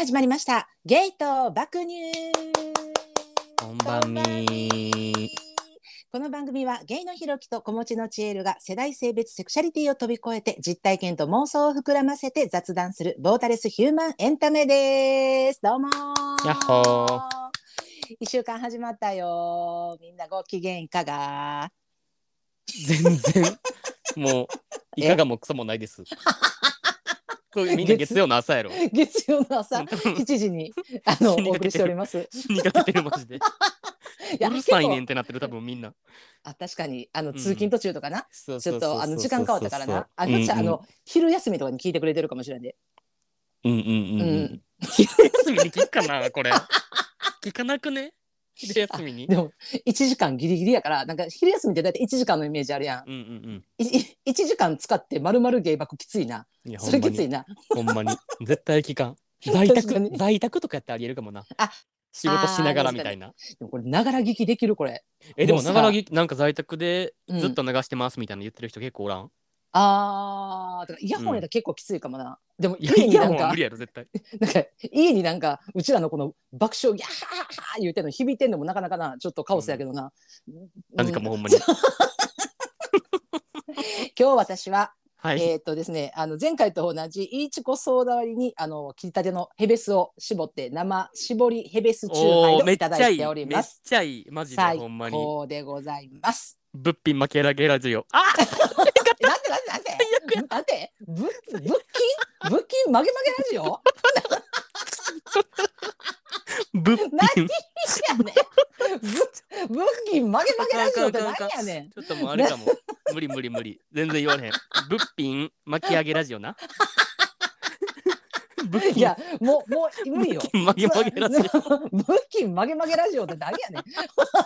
始まりましたゲイと爆乳。 こんばんみ。 この番組はゲイのひろきと子持ちのちえるが世代性別セクシャリティを飛び越えて実体験と妄想を膨らませて雑談するボーダレスヒューマンエンタメです。どうもやっほー。 1週間始まったよ。みんなご機嫌いかが？ 全然もういかがもクソもないです。これみんな月曜の朝やろ。 月曜の朝7時にお送りしております。 死にかけてるマジで。うるさいねんってなってる多分みんな。 確かに通勤途中とかな、ちょっと時間変わったからな、昼休みとかに聞いてくれてるかもしれないで。 昼休みに聞くかなこれ。聞かなくね？昼休みに。 でも1時間ギリギリやから、なんか昼休みってだいたい1時間のイメージあるやん。1時間使って丸々芸爆きついな。それきついな。 ほんまに絶対聞かん。在宅とかやってありえるかもな。仕事しながらみたいな。 でもこれながら聞きできるこれ。 でもながら聞きなんか在宅でずっと流してますみたいな言ってる人結構おらん？ だからイヤホンやったら結構きついかもな。でも家になんか無理やろ絶対。 なんか家になんかうちらのこの爆笑ギャーハー言うてんの響いてんのもなかなかな、ちょっとカオスやけどな。 何かもうほんまに。 今日私ははい、 ですね、前回と同じいちこソーダ割りに切りたてのヘベスを絞って生搾りヘベスチューハイをいただいております。 めっちゃいいマジでほんまに最高でございます。 物品負けらげラジオ。 なんて物金曲げラジオ物品何やねん物金曲げラジオって何やねん。 ちょっともうあれかも。無理全然言われへん。物品巻き上げラジオな。 いやもう無理よ。 物金曲げラジオ。 物金曲げラジオって何やねん。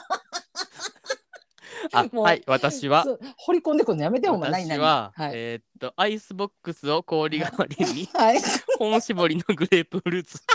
はい、私は掘り込んでくるのやめてもない。 私は、アイスボックスを氷代わりに、本搾りのグレープフルーツ。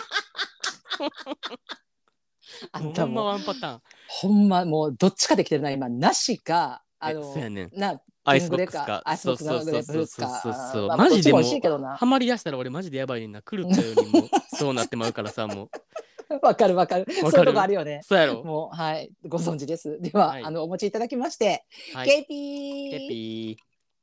あんたもワンパターン。 ほんまもうどっちかできてるな今。なしかそうやねん。 なアイスボックスか。 アイスボックスのグレープフルーツか。 マジでもうハマりだしたら俺マジでやばいねんな。狂ったようにもうそうなってまうからさもう。 わかるそういうとこあるよね。 そうやろ。 もうはいご存知です。では、お持ちいただきまして、ケピー。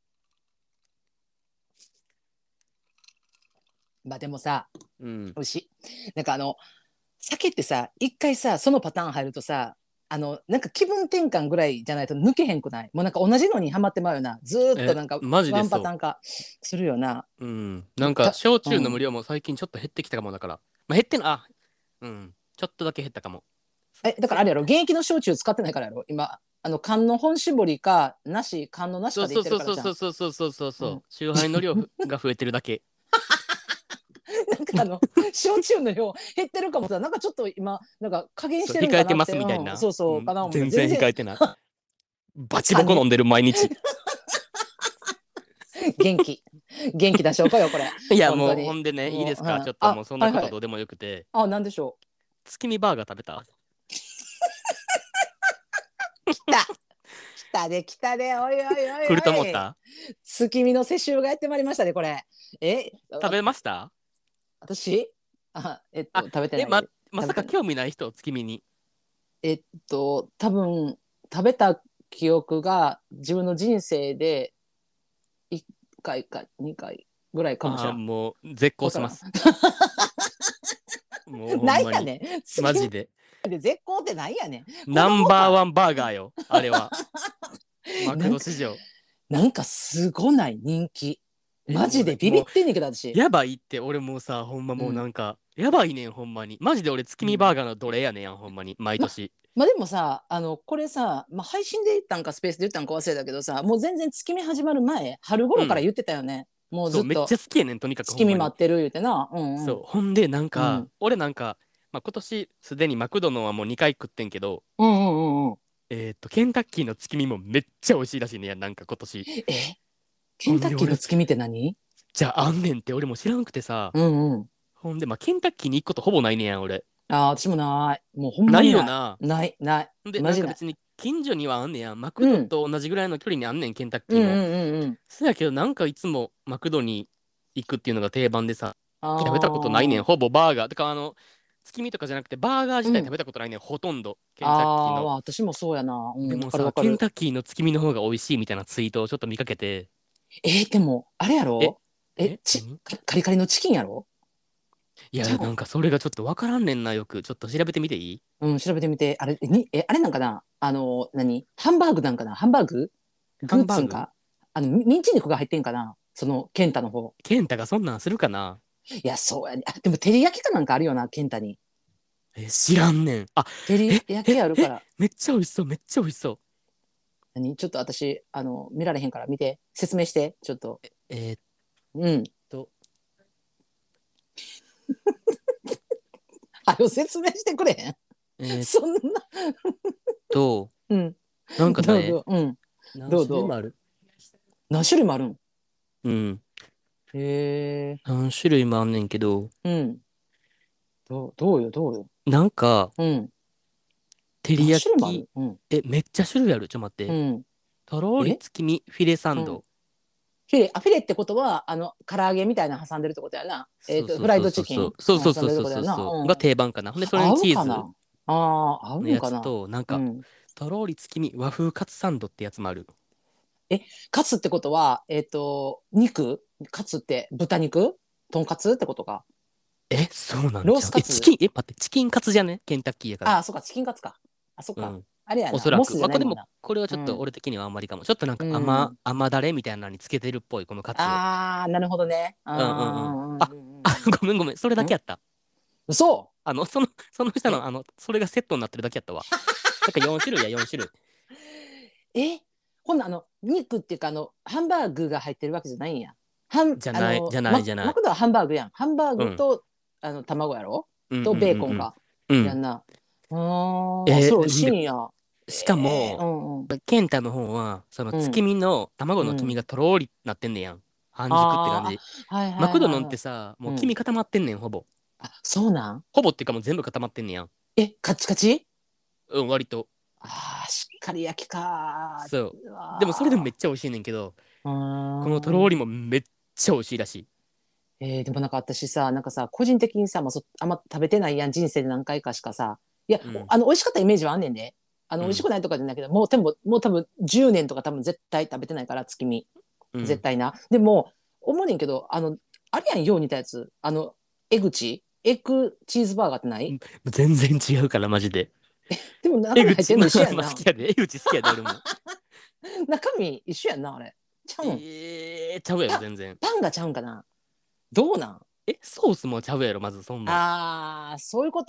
まあでもさ、美味しい。なんか酒ってさ一回さそのパターン入るとさ、なんか気分転換ぐらいじゃないと抜けへんくない？もうなんか同じのにハマってまうよな。ずーっとなんかワンパターン化するよな。 なんか焼酎の無料も最近ちょっと減ってきたかもだから。まあ減ってんのちょっとだけ減ったかも。 だからあれやろ、現役の焼酎使ってないからやろ今。缶の本搾りか缶のなしかで言ってるからじゃん。 そう酎ハイの量が増えてるだけ。 なんか焼酎の量減ってるかもさ、なんかちょっと今なんか加減してるんかなって。 控えてますみたいな。 そうかな。 全然控えてない。バチボコ飲んでる毎日。 元気出しょうかよこれ。 いやもうほんでね、いいですか、ちょっともうそんなことどうでもよくて。 なんでしょう。 月見バーガー食べた？ 来たでおい来ると思った？ 月見の世襲がやってまいりましたねこれ。 食べました？ 私食べてない。 まさか興味ない人？月見に。 多分食べた記憶が自分の人生で1回か2回ぐらいかもしれない。 もう絶好します。もうなんやねんマジで。 絶好ってなんやねん。 ナンバーワンバーガーよあれは。マクド史上なんかすごない人気。マジでビビってんねんけど私。 やばいって俺もうさほんまもうなんか、やばいねんほんまに。マジで俺月見バーガーの奴隷やねんほんまに毎年。 でもさこれさ、配信で言ったんかスペースで言ったんか忘れたけどさ、もう全然月見始まる前春頃から言ってたよね。もうずっとめっちゃ好きやねんとにかく。 月見待ってる言うてな。 そうほんでなんか、俺なんか、今年すでにマクドのはもう2回食ってんけど、ケンタッキーの月見もめっちゃ美味しいらしいねなんか今年。 ケンタッキーの月見って何？ じゃああんねんって俺も知らんくてさ。ほんでケンタッキーに行くことほぼないねや俺。 私もない。もうほんまにないよな。 ないでなんか別に近所にはあんねや。マクドと同じぐらいの距離にあんねんケンタッキーも。そうやけどなんかいつもマクドに行くっていうのが定番でさ。 食べたことないねん。 あほぼバーガー。だから月見とかじゃなくて、バーガー自体食べたことないねん。ほとんど。ケンタッキーの。 私もそうやな。うん、わでもさ、 かるわかる。 ケンタッキーの月見の方が美味しいみたいなツイートをちょっと見かけて、 でも、あれやえ、 ろ何カリカリのチキンやろ？ いや、 ちゃう？ なんかそれがちょっとわからんねんな、よく。ちょっと調べてみていい？ うん、調べてみて。あれなんかなハンバーグなんかな？ハンバーググハンバーグ？ ッズんか？ミンチ肉が入ってんかな？その、ケンタの方。 ケンタがそんなんするかな？ いや、そうやね。でも、照り焼きかなんかあるよな、ケンタに。 知らんねん。あ、 照り焼きあるから。 めっちゃ美味しそう、めっちゃ美味しそう。 ちょっと私、見られへんから見て。説明して、ちょっと。 えーっうん。 と、 説明してくれへん？ えーっそんな。 と、 うん。 なんかね、 どうどう、うん。 何どうどう。 種類もある。 何種類もあるん？ うん。 へえ。 何種類もあんねんけど、 うん。どうよ。 なんか、 うん。 照り何焼き、 種類もある？うん。 めっちゃ種類ある。ちょっと待って。 うん。 とろーりえ月見フィレサうん。 ンド。 フィレってことは、唐揚げみたいなの挟んでるってことやな。フライそうそうそうドチキンそうそう。そうそう挟んでるっそうそうてことやな。 そうそう。がうん。 定番かな。ほんで、それに合チーズうかな？合のうんかな？ やつと、なんか、 うん。 とろーり月見和風カツサンドってやつもある。 カツってことは、カツって豚肉とんかつってことか。 そうなんローちゃう？ スカツ？ 待って、チキンカツじゃね？ケンタッキーやから。 そうか、チキンカツか。そっか。 うん。 あれやな。 おそらく。 モスじまあ、でも、 ゃないもんな。 これはちょっとうん。 俺的にはあんまりかも。ちょっとなんかうん。 甘だれみたいなのにつけてるっぽい、このカツを。 なるほどね。 うんうんうん。 うんうんうんごめんごめん。それだけやった。 嘘？ その下えの、それがセットになってるだけやったわ。なんか4種類や、4種類。 えほんな肉っていうかハンバーグが入ってるわけじゃないんや。 じゃない、じゃない、じゃない。 マクドはハンバーグやん。ハンバーうん。 グと卵やろ？ うんうんとベーうんうん。 コンか。 うん。 やんな。それ美味しいで、 んや。 しかも、 うんうん。 ケンタの方は、そのうん月見の卵の黄身うん。 がとろーりなってんねやん。半熟って感あじ。 はいマクドのんっはいはいはい。 てさ、もう黄うん。 身固まってんねん、ほぼ。 そうなん？ ほぼっていうかもう全部固まってんねやん。 カチカチ？ うん、割と。 しっかり焼きか。 そう。 うでもそれでもめわっちゃ美味しいねんけど、 ー。うこのとろーーん。 りもめっちゃ美味しいらしい。 でもなんか私さ、なんかさ、個人的にさ、あんま食べてないやん、人生で何回かしかさ。いや、 うん。 美味しかったイメージはあんねんで。美味しうん。 くないとかじゃないけど、もう多分10年とか多分絶対食べてないから、月見。 うん。 絶対な。でも、思うねんけど、あれやん、よう似たやつ。エッグチーズバーガーってない？ 全然違うから、マジで。 でも中江口、 身入ってんのまあ一緒やんな。 まあ好きやで。江口好きやで、俺も。 中身一緒やんな、あれ。ちゃうん？ ちゃうやろ、全然。 パンがちゃうんかな？どうなん？ ソースもちゃうやろ、まずそんなん。 そういうこと？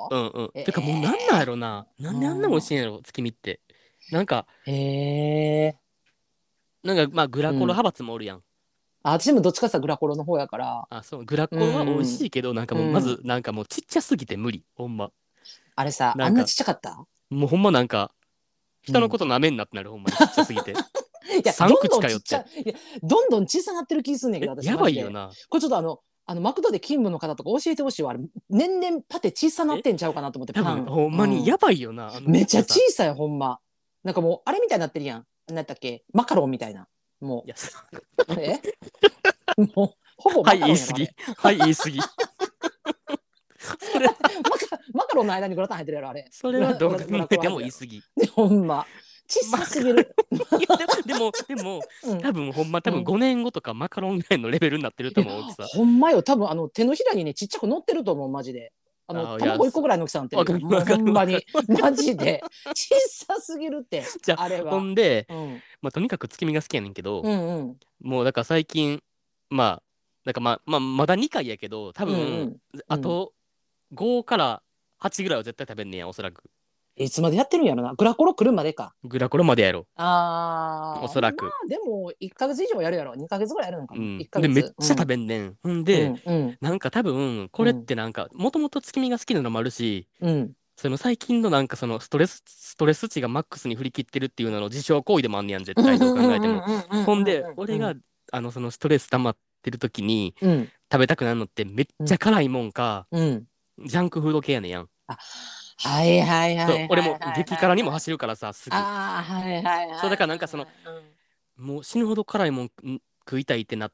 うんうん。 えてかもうなんなんやろな。 ー、 なんであんな美味うん。 しいんやろ、月見って。なんか、 へえ。 まあグラコロうん。 派閥もおるやん。 私もどっちかって言ったらグラコロの方やから。 あ、そう、グラうコロは美味しん。 いけど、なんかうもう、まず、 ん。 なんかもうちっちゃすぎて無理。ほんま。 あれさ、 なんか、 あんなちっちゃかった？ もうほんまなんか、人のうん。 ことなめんなってなる、ほんまにちっちゃすぎて。 いや、 3 どん口かよって。 どんちっちゃい。いや、どんどん小さなってる気すんねんけど、私やマジで。 ばいよな。 これちょっとマクドで勤務の方とか教えてほしいわ。あれ、年々パテ小さなっえてんちゃうかなと思って、 多分、 パン。 ほんまにうん。 やばいよな、あのちめっちゃっちゃさ。 小さい、ほんま。なんかもう、あれみたいになってるやん。なんだっけマカロンみたいな。もいや、 う、もう、ほぼはい、 マカロンやろ、あ言い過ぎ。 れ。 はい、言い過ぎ。それ、 マカロンの間にグラタン入ってるやろ、あれ。 それはどう考グラコえてロ入ってるやろ。 も言い過ぎ。 で、ほんま。小マカさすぎる。 いや、でも、 うん。 多分うん。 5年後とかマカロンぐらいのレベルになってるといや、 思う、大きさ。 ほんまよ。多分、手のひらにね、ちっちゃく乗ってると思う、マジで。 ああ、いや、 卵一個ぐらいの大きさになってるよ。 わかるもうほわかるわかる。 んまに。マジで。小さすぎるって、 じゃあ、ほあれは。 んで、 うん。 まあ、とにかく月見が好きやねんけど、 うんうん。 もうだから最近、まあ、なんかまだ2回やけど、多うんう分、 ん。うん。 あと5から8ぐらいは絶対食べんねや、おそらく。 いつまでやってるんやろな。グラコロ来るまでか。 グラコロまでやろ。おまそらく。 あ、でも、1ヶ月以上やるやろ。2ヶ月ぐらいやるのかな。1 うん。で、めっヶ月。うちゃ食ん。 べんねん。ほんで、 うん。うん。 なんか多分、これっうん。 てなんか、もともと月見が好きなのもあるし、 うん。 その最近のなんかそのストレス値がマックスに振り切ってるっていうのの自傷行為でもあんねやん、絶うん。 対どう考うん。 えても。 うん。 ほんで、 うん。 俺が、そのストレス溜まってる時にうん。 食べたくなるのってめっうん。 ちゃ辛いもんか、 うん。 ジャンクフード系やねんやん。 あ、はいはいはそう、 いはい俺もはいはい激辛にもはい。 走るからさ、すぐ。 はいはいはいそう、だはいからなんかその、 はい。 もう死ぬほど辛いもん食いたいってなった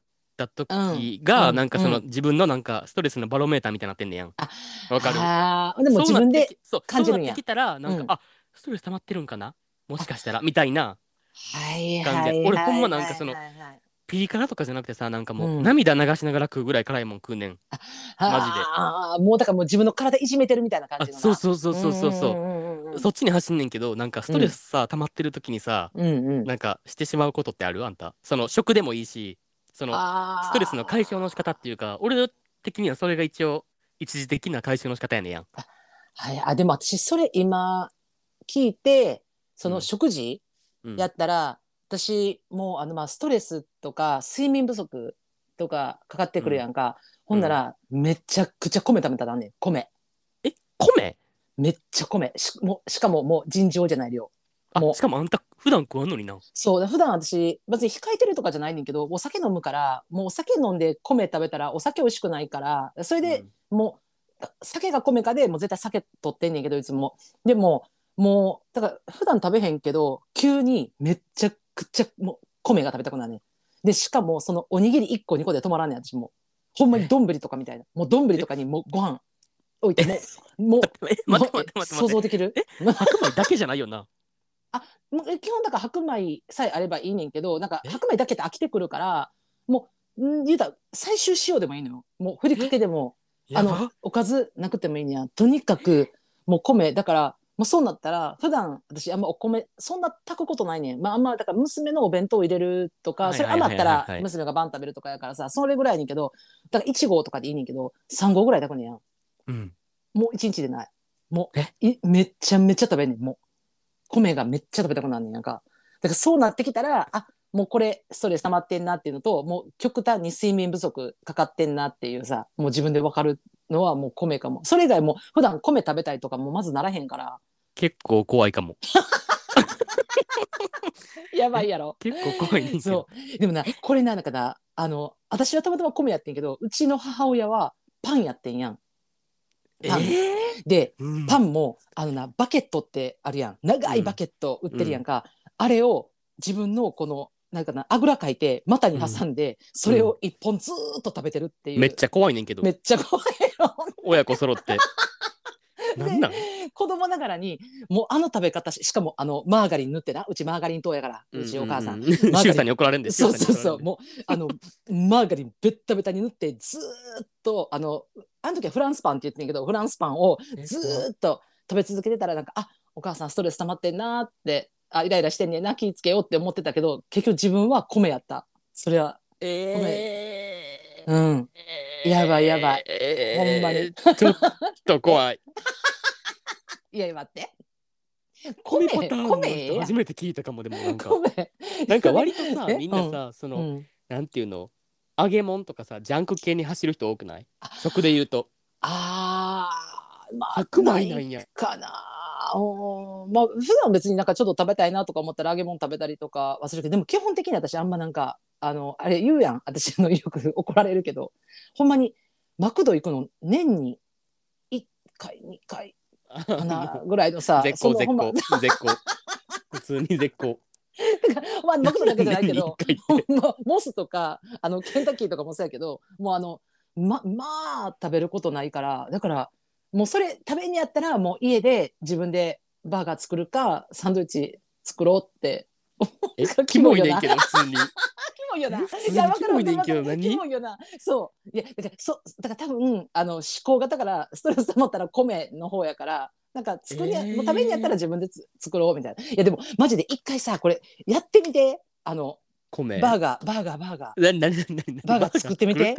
した時が、なんかその自分のなんかストレスのバロメーターみたいになってんねやん。わかる？ でも自分で感じるんや。 そうなってきたら、なんか、あ、ストレス溜まってるんかなもしかしたら、みたいなはい感じで。 はい俺ほんまはいはいなんかその、 はいはい。 ピリ辛とかじゃなくてさ、なんかもう涙流しながら食うぐらい辛いもん食うねん。マジで。 もうだからもう自分の体いじめてるみたいな感じのな。 そっちに走んねんけど、なんかストレスさ、溜まってる時にさ、なんかしてしまうことってある？あんた。その食でもいいし、そのストレスの解消の仕方っていうか、俺的にはそれが一応一時的な解消の仕方やねんやん。 はい、でも私それ今聞いて、その食事やったら、私もうストレスとか睡眠不足とかかかってくるやんか、ほんならめちゃくちゃ米食べたらね、米。 米？ めっちゃ米しかももう尋常じゃない量。 しかもあんた普段食わんのにな。 そう普段私別に控えてるとかじゃないねんけど、お酒飲むから、もうお酒飲んで米食べたらお酒美味しくないから、それでもう、酒が米かでもう絶対酒取ってんねんけど、いつも。でももうだから普段食べへんけど急にめっちゃくちゃもう米が食べたくなるねん。でしかもそのおにぎり1個2個で止まらんねん私。もほんまに丼とかみたいな、もう丼とかにもうご飯置いて、もう待って想像できる？ 白米だけじゃないよな。 基本だから白米さえあればいいねんけど、なんか白米だけって飽きてくるから、もう言うたら最終塩でもいいのよ。もうふりかけでもおかずなくてもいいねや。とにかくもう米だから、もうそうなったら普段私あんまお米そんな炊くことないねん。あんまだから娘のお弁当を入れるとか、それ余ったら娘が晩食べるとかやからさ、それぐらいにけど、だから1合とかでいいねんけど3合ぐらい炊くねんや。もう1日でない。もうめちゃめちゃ食べんねん。もう米がめっちゃ食べたくなるねんやんか。だからそうなってきたら、もうこれストレス溜まってんなっていうのと、もう極端に睡眠不足かかってんなっていうさ、もう自分で分かるのはもう米かも。それ以外も普段米食べたいとかもまずならへんから。 結構怖いかも。 やばいやろ。 結構怖いねんけど。 そうでもな、これなんかな、私はたまたま米やってんけど、うちの母親はパンやってんやん。で、パンもバケットってあるやん、長いバケット売ってるやんか、あれを自分のこのなんかな、あぐらかいて股に挟んで、それを一本ずーっと食べてるっていう。 めっちゃ怖いねんけど。 めっちゃ怖いよ。 親子揃って。なんなん？ 子供ながらにもう食べ方しかもマーガリン塗ってな、うちマーガリン党やから、うちお母さん、 周さんに怒られんで。 そうもうマーガリンベッタベタに塗ってずーっとあの時はフランスパンって言ってんけど、フランスパンをずーっと食べ続けてたら、なんかお母さんストレス溜まってんなって、イライラしてんねんな、気ぃつけようって思ってたけど、結局自分は米やった。それはやばいやばい、ほんまにちょっと怖い。 いや待って、 米パターンの人初めて聞いたかも。でもなんか割とさ、みんなさ、そのなんていうの、揚げ物とかさ、ジャンク系に走る人多くない？食で言うと。白米なんやかな。普段別になんかちょっと食べたいなとか思ったら揚げ物食べたりとかはするけど、でも基本的に私あんまなんかあれ言うやん、私よく怒られるけど、ほんまにマクド行くの年に1回2回かなぐらいのさ。 絶好普通に絶好。 マクドだけじゃないけどモスとかケンタッキーとかもそうやけど、もうまあ食べることないから、だからもうそれ食べにやったらもう家で自分でバーガー作るかサンドイッチ作ろうって。 キモいねんけど普通に。 キモいよな。いや分かる分かる。 キモいよな。そういやだから多分思考がだからストレス溜まったら米の方やから、なんかもう食べにやったら自分で作ろうみたいな。いやでもマジで一回さこれやってみて、 米バーガーバーガー作ってみて。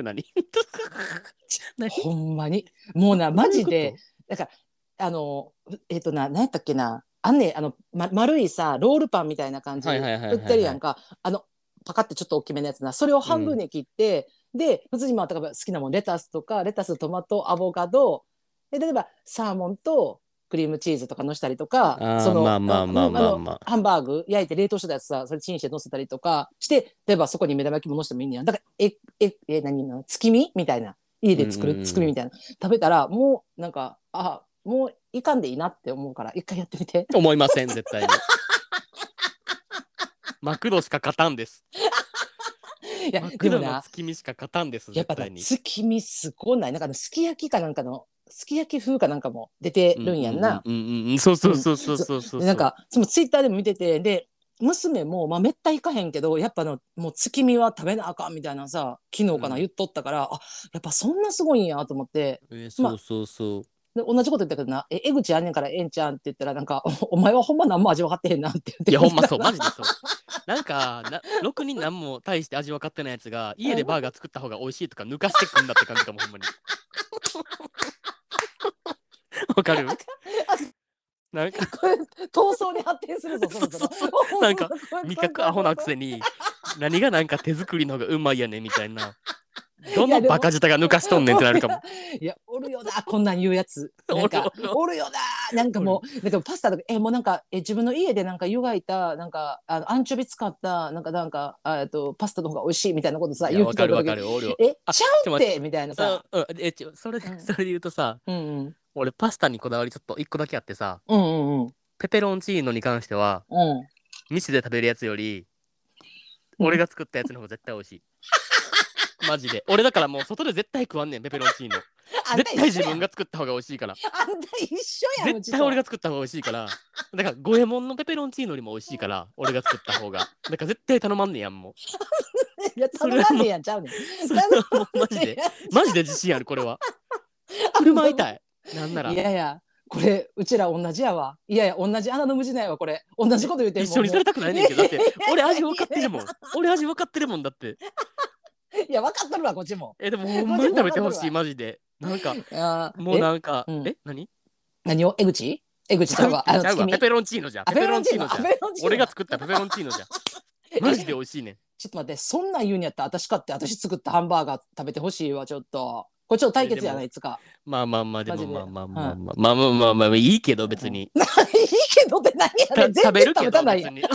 ほんまにもうな、マジでだから何やったっけな、丸いさロールパンみたいな感じ売ってるやんか、パカってちょっと大きめのやつな、それを半分に切って、で普通に例えば好きなもんレタスとか、レタストマトアボカドで、例えばサーモンとクリームチーズとかのしたりとか、 ハンバーグ焼いて冷凍してたやつさ、それチンしてのせたりとかして、例えばそこに目玉焼きものしてもいいんや。だから月見みたいな、家で作る月見みたいな食べたら、もうなんかもういかんでいいなって思うから、一回やってみて。 思いません絶対に。マクドしか勝たんです。 いやマクドの月見しか勝たんですやっぱ絶対に。 月見すごない。なんかすき焼きかなんかのすき焼き風かなんかも出てるんやんな。 そうそうそうそうそうそう。 なんかそのツイッターでも見てて、で娘もまあめったいかへんけどやっぱもう月見は食べなあかんみたいなさ昨日かな言っとったから、あやっぱそんなすごいんやと思って。 そうそうそう。 で同じこと言ったけどな、江口あんねんからええんちゃんって言ったらなんかお前はほんま何も味分かってへんなって言って。 いやほんまそうマジでそう。なんかろくに何も大して味分かってないやつが家でバーガー作った方が美味しいとか抜かしてくんだって感じかもほんまに。わかる？なんか闘争に発展するぞそろそろ。 なんか味覚アホなくせに何がなんか手作りの方がうまいやねみたいな。どのバカ舌が抜かしとんねんってなるかも。 いやおるよなこんなん言うやつ。なんかおるよな。なんかもうなんかパスタとかもうなんか自分の家でなんか湯がいたなんかアンチョビ使ったなんかパスタの方が美味しいみたいなことさ言う人わかるおるよ。 ちゃうってみたいなさ。 それで言うとさ、俺パスタにこだわりちょっと一個だけあってさ、ペペロンチーノに関しては、店で食べるやつより俺が作ったやつの方が絶対美味しい。マジで。俺だからもう外で絶対食わんねんペペロンチーノ。絶対自分が作った方が美味しいから。 あんた一緒やん。 絶対俺が作った方が美味しいから。だから五右衛門のペペロンチーノよりも美味しいから俺が作った方が。だから絶対頼まんねやんもう。 いや頼まんねやんちゃうねん。 それはもうマジで自信あるこれは。振る舞いたい。なんなら。 いやいや。これうちら同じやわ。いやいや同じ穴の無地なんやわこれ。同じこと言って一緒にされたくないねんけどだって俺味分かってるもん。俺味分かってるもんだって。 いや分かっとるわこっちも。 でもほんまに食べてほしいマジで。なんかもうなんか何を江口ちゃうわ。 ペペロンチーノじゃ。ペペロンチーノじゃ。俺が作ったペペロンチーノじゃ。マジで美味しいねん。 ちょっと待ってそんなん言うんやったら私買って私作ったハンバーガー食べてほしいわちょっと。これちょっと対決やないつか。 まあでもまあいいけど別に。いいけどって何やねん。全然食べたないやん。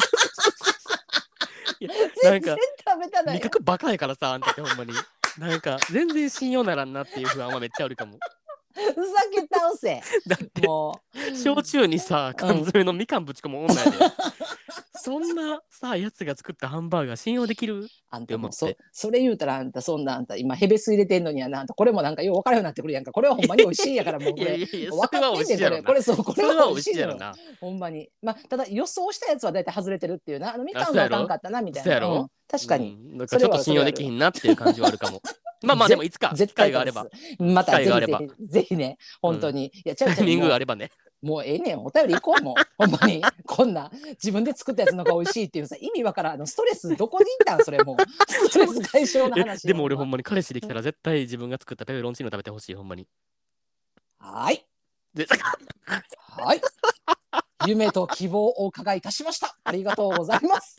全然食べたない。 味覚バカやからさあんたってほんまに。なんか全然信用ならんなっていう不安はめっちゃあるかも。 ふざけ倒せ。 だってもう焼酎にさ缶詰のみかんぶち込む女やで。そんなさやつが作ったハンバーガー信用できる？ あんたもそれ言うたらあんたそんなあんた今ヘベス入れてんのにやなあんたこれもなんかよう分からんようになってくるやんか。これはほんまに美味しいやからもうこれ分かってんねんこれは美味しいやろなほんまに。まあただ予想したやつはだいたい外れてるっていうなみかんがあかんかったなみたいな。確かになんかちょっと信用できひんなっていう感じはあるかも。まあでもいつか機会があればまたぜひね本当にいやタイミングがあればね。 もうええねんお便り行こうもうほんまにこんな自分で作ったやつの方が美味しいっていうさ意味わからんストレスどこに行ったんそれもうストレス解消の話。 でも俺ほんまに彼氏できたら絶対自分が作ったペペロンチーノ食べてほしいほんまに。 はいはい夢と希望をお伺いいたしました。ありがとうございます。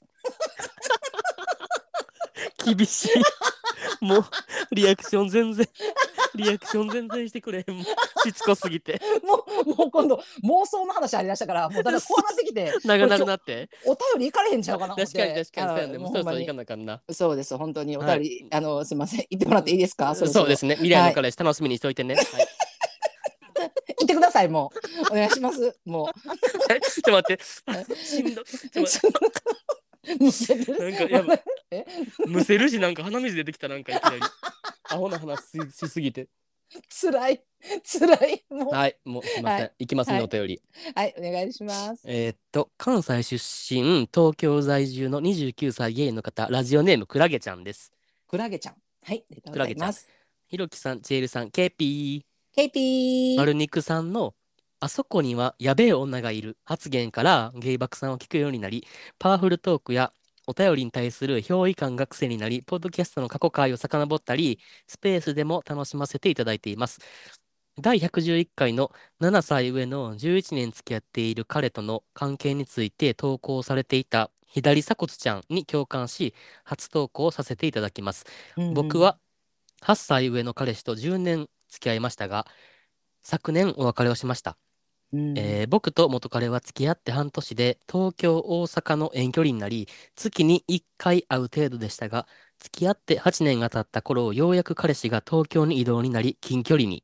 厳しい。もうリアクション全然してくれへん。もうしつこすぎて。 もう今度妄想の話ありだしたからもうだからこうなってきて長なるなってお便りいかれへんちゃうかな。 確かにそうやね。もうそろそろいかなあかんな。 そうです本当にお便り、すいません言ってもらっていいですか。 そうですね未来の彼氏楽しみにしといてね。 言ってくださいもうお願いしますもう。ちょっと待ってしんどむせるなんかやばいむせるしなんか鼻水出てきたなんかいきなりアホな話しすぎてつらいもうはいもうすいません、いきますね、お便りはいお願いします。 関西出身東京在住の29歳ゲイの方ラジオネームクラゲちゃんです。 クラゲちゃんはいありがとうございます。 ひろきさんチェールさんケーピー丸肉さんのあそこにはやべえ女がいる発言からゲイバクさんを聞くようになりパワフルトークやお便りに対する憑依感が癖になりポッドキャストの過去回を遡ったりスペースでも楽しませていただいています。第111回の7歳上の11年付き合っている彼との関係について投稿されていた左鎖骨ちゃんに共感し初投稿させていただきます。僕は8歳上の彼氏と10年付き合いましたが昨年お別れをしました。僕と元彼は付き合って半年で東京大阪の遠距離になり月に1回会う程度でしたが付き合って8年が経った頃ようやく彼氏が東京に移動になり近距離に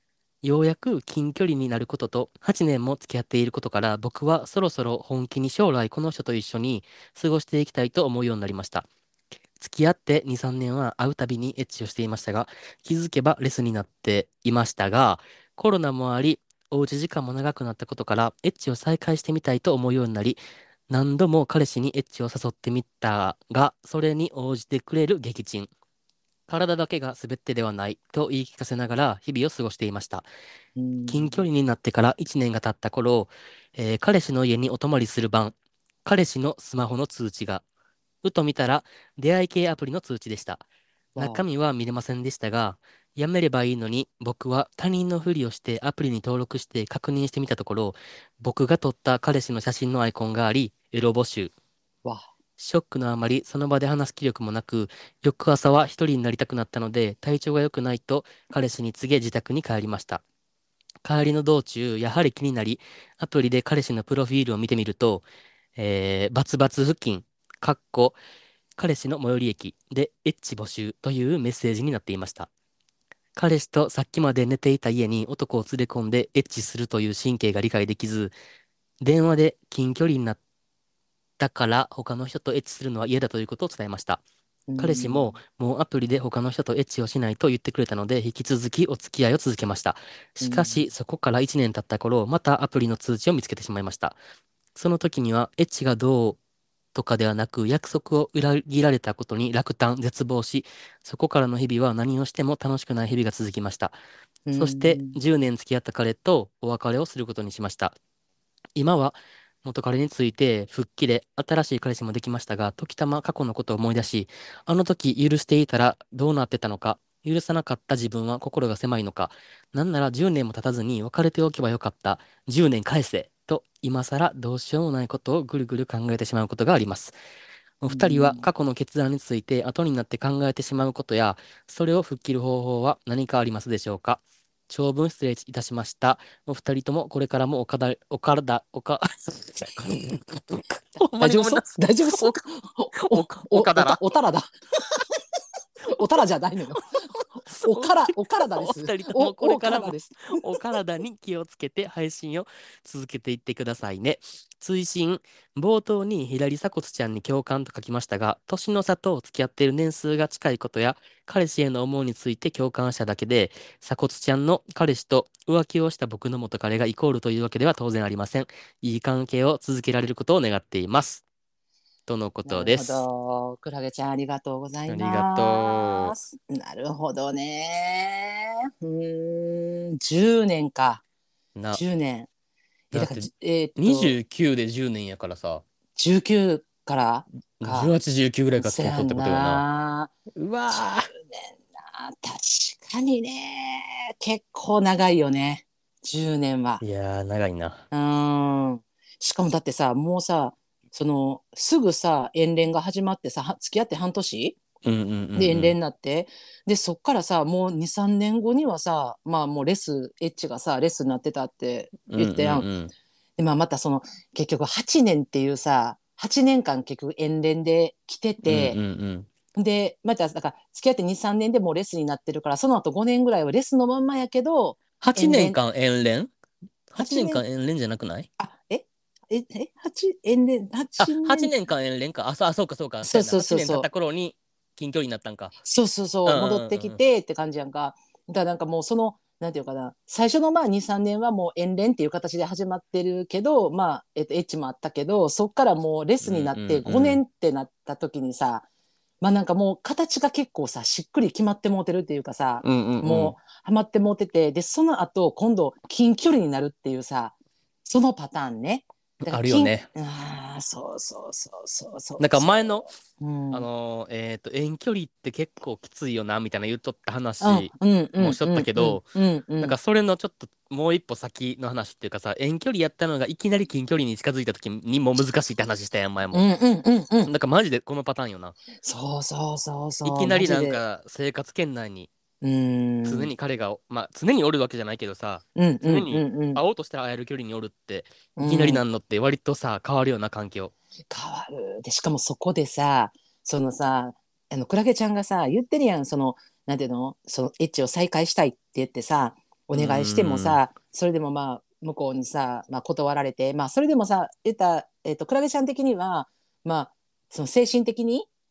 なることと8年も付き合っていることから僕はそろそろ本気に将来この人と一緒に過ごしていきたいと思うようになりました。 付き合って2、3年は会うたびにエッチをしていましたが、気づけばレスになっていましたが、コロナもあり、おうち時間も長くなったことから、エッチを再開してみたいと思うようになり、何度も彼氏にエッチを誘ってみたが、それに応じてくれる撃沈。体だけが全てではないと言い聞かせながら日々を過ごしていました。近距離になってから1年が経った頃、彼氏の家にお泊まりする晩、彼氏のスマホの通知が、ふと見たら出会い系アプリの通知でした。中身は見れませんでしたが、やめればいいのに僕は他人のふりをしてアプリに登録して確認してみたところ、僕が撮った彼氏の写真のアイコンがあり、エロ募集。ショックのあまりその場で話す気力もなく、翌朝は一人になりたくなったので体調が良くないと彼氏に告げ自宅に帰りました。帰りの道中、やはり気になり、アプリで彼氏のプロフィールを見てみると、バツバツ付近、かっこ、彼氏の最寄り駅でエッチ募集というメッセージになっていました。彼氏とさっきまで寝ていた家に男を連れ込んでエッチするという神経が理解できず、電話で近距離になったから他の人とエッチするのは嫌だということを伝えました。彼氏ももうアプリで他の人とエッチをしないと言ってくれたので引き続きお付き合いを続けました。しかしそこから1年経った頃、またアプリの通知を見つけてしまいました。その時にはエッチがどうとかではなく約束を裏切られたことに落胆、絶望し、そこからの日々は何をしても楽しくない日々が続きました。そして10年付き合った彼とお別れをすることにしました。今は元彼について吹っ切れ、新しい彼氏もできましたが、時たま過去のことを思い出し、あの時許していたらどうなってたのか、許さなかった自分は心が狭いのか、なんなら10年も経たずに別れておけばよかった、10年返せ、と今更どうしようもないことをぐるぐる考えてしまうことがあります。お二人は過去の決断について後になって考えてしまうことや、それを吹っ切る方法は何かありますでしょうか？長文失礼いたしました。お二人ともこれからもほんま大丈夫そうにごめんなさ大丈夫そうおかだらおたらだおたらじゃないのよ。お体です。 お二人ともこれからもお体です。 お体に気をつけて配信を続けていってくださいね。追伸、冒頭に左鎖骨ちゃんに共感と書きましたが、年の差と付き合っている年数が近いことや、彼氏への思いについて共感しただけで、鎖骨ちゃんの彼氏と浮気をした僕の元彼がイコールというわけでは当然ありません。いい関係を続けられることを願っています。とのこなるほとです。 ど。クラゲちゃんありがとうございありがとます。なるほどね。10年か。 う。 10年。だからだって29で10年やからさ、 19からか。 18、19ぐらいから付き合っとっせやんてことよな。 な。 うわ 10年な。確かにね。結構長いよね。10年は。 いやー、長いな。 しかもだってさ、もうさ、すぐさ、遠恋が始まってさ、付き合って半年うんうんうんで遠恋うん。 になって、で、そっからさ、もう2、3年後にはさ、まあもうエッチがさ、レスになってたってうんうん言ってやん。 うん。 で、まあまた結局8年っていうさ、8年間結局遠恋で来てうんうんて、 うん。 で、また、だから付き合って2、3年でもうレスになってるから、その後5年ぐらいはレスのまんまやけど、 8 遠恋、 年間遠恋？ 8 8年、 年間遠恋じゃなくない？ あ、8、遠恋、 あ、 8 8 年、 年間遠恋か。あ、そうかそうか。そうやな。 そうそう 8年経ったそうそう、 頃に近距離になったんか。 そうそううそう、戻ってきんうんうんうん。 てって感じやんか。だからなんかもうなんていうかな、最初のまあ2、3年はもう遠恋っていう形で始まってるけど、まあ、エッチもあったけど、そっからもうレスうんうになってんうん。 5年ってなった時にさ、まあなんかもう形が結構さ、しっくり決まってもうてるっていうかさ、 うんうんうん。 もうハマってもうてて、で、その後今度近距離になるっていうさ、そのパターンね。だからあるよね。 そうそうそうそうそうなんか前の、 そう。うん。 遠距離って結構きついよな、みたいな言っとったあ、 話うんうんもしとっうんうんたけど、 うんうん。 なんかそれのちょっともう一歩先の話っていうかさ、遠距離やったのがいきなり近距離に近づいた時にもう難しいって話したやん、前も。 うんうんうんうん。 なんかマジでこのパターンよな。 そうそうそうそう、 いきなりなんマジで。 か生活圏内にうーん。 常に彼が、まあ常におるわけじゃないけどさ、 うんうんう常にんうん。 会おうとしたら会える距離におるって、 ういきなりなん。 んのって割とさ、変わるような環境。 変わる。で、しかもそこでさ、そのさ、クラゲちゃんがさ、言ってるやん、なんていうの、エッチを再開したいって言ってさ、おうー願いしてもん。 さ、それでもまあ、向こうにさ、まあ、断られて、まあ、それでもさ、クラゲちゃん的には、まあ、その精神的に、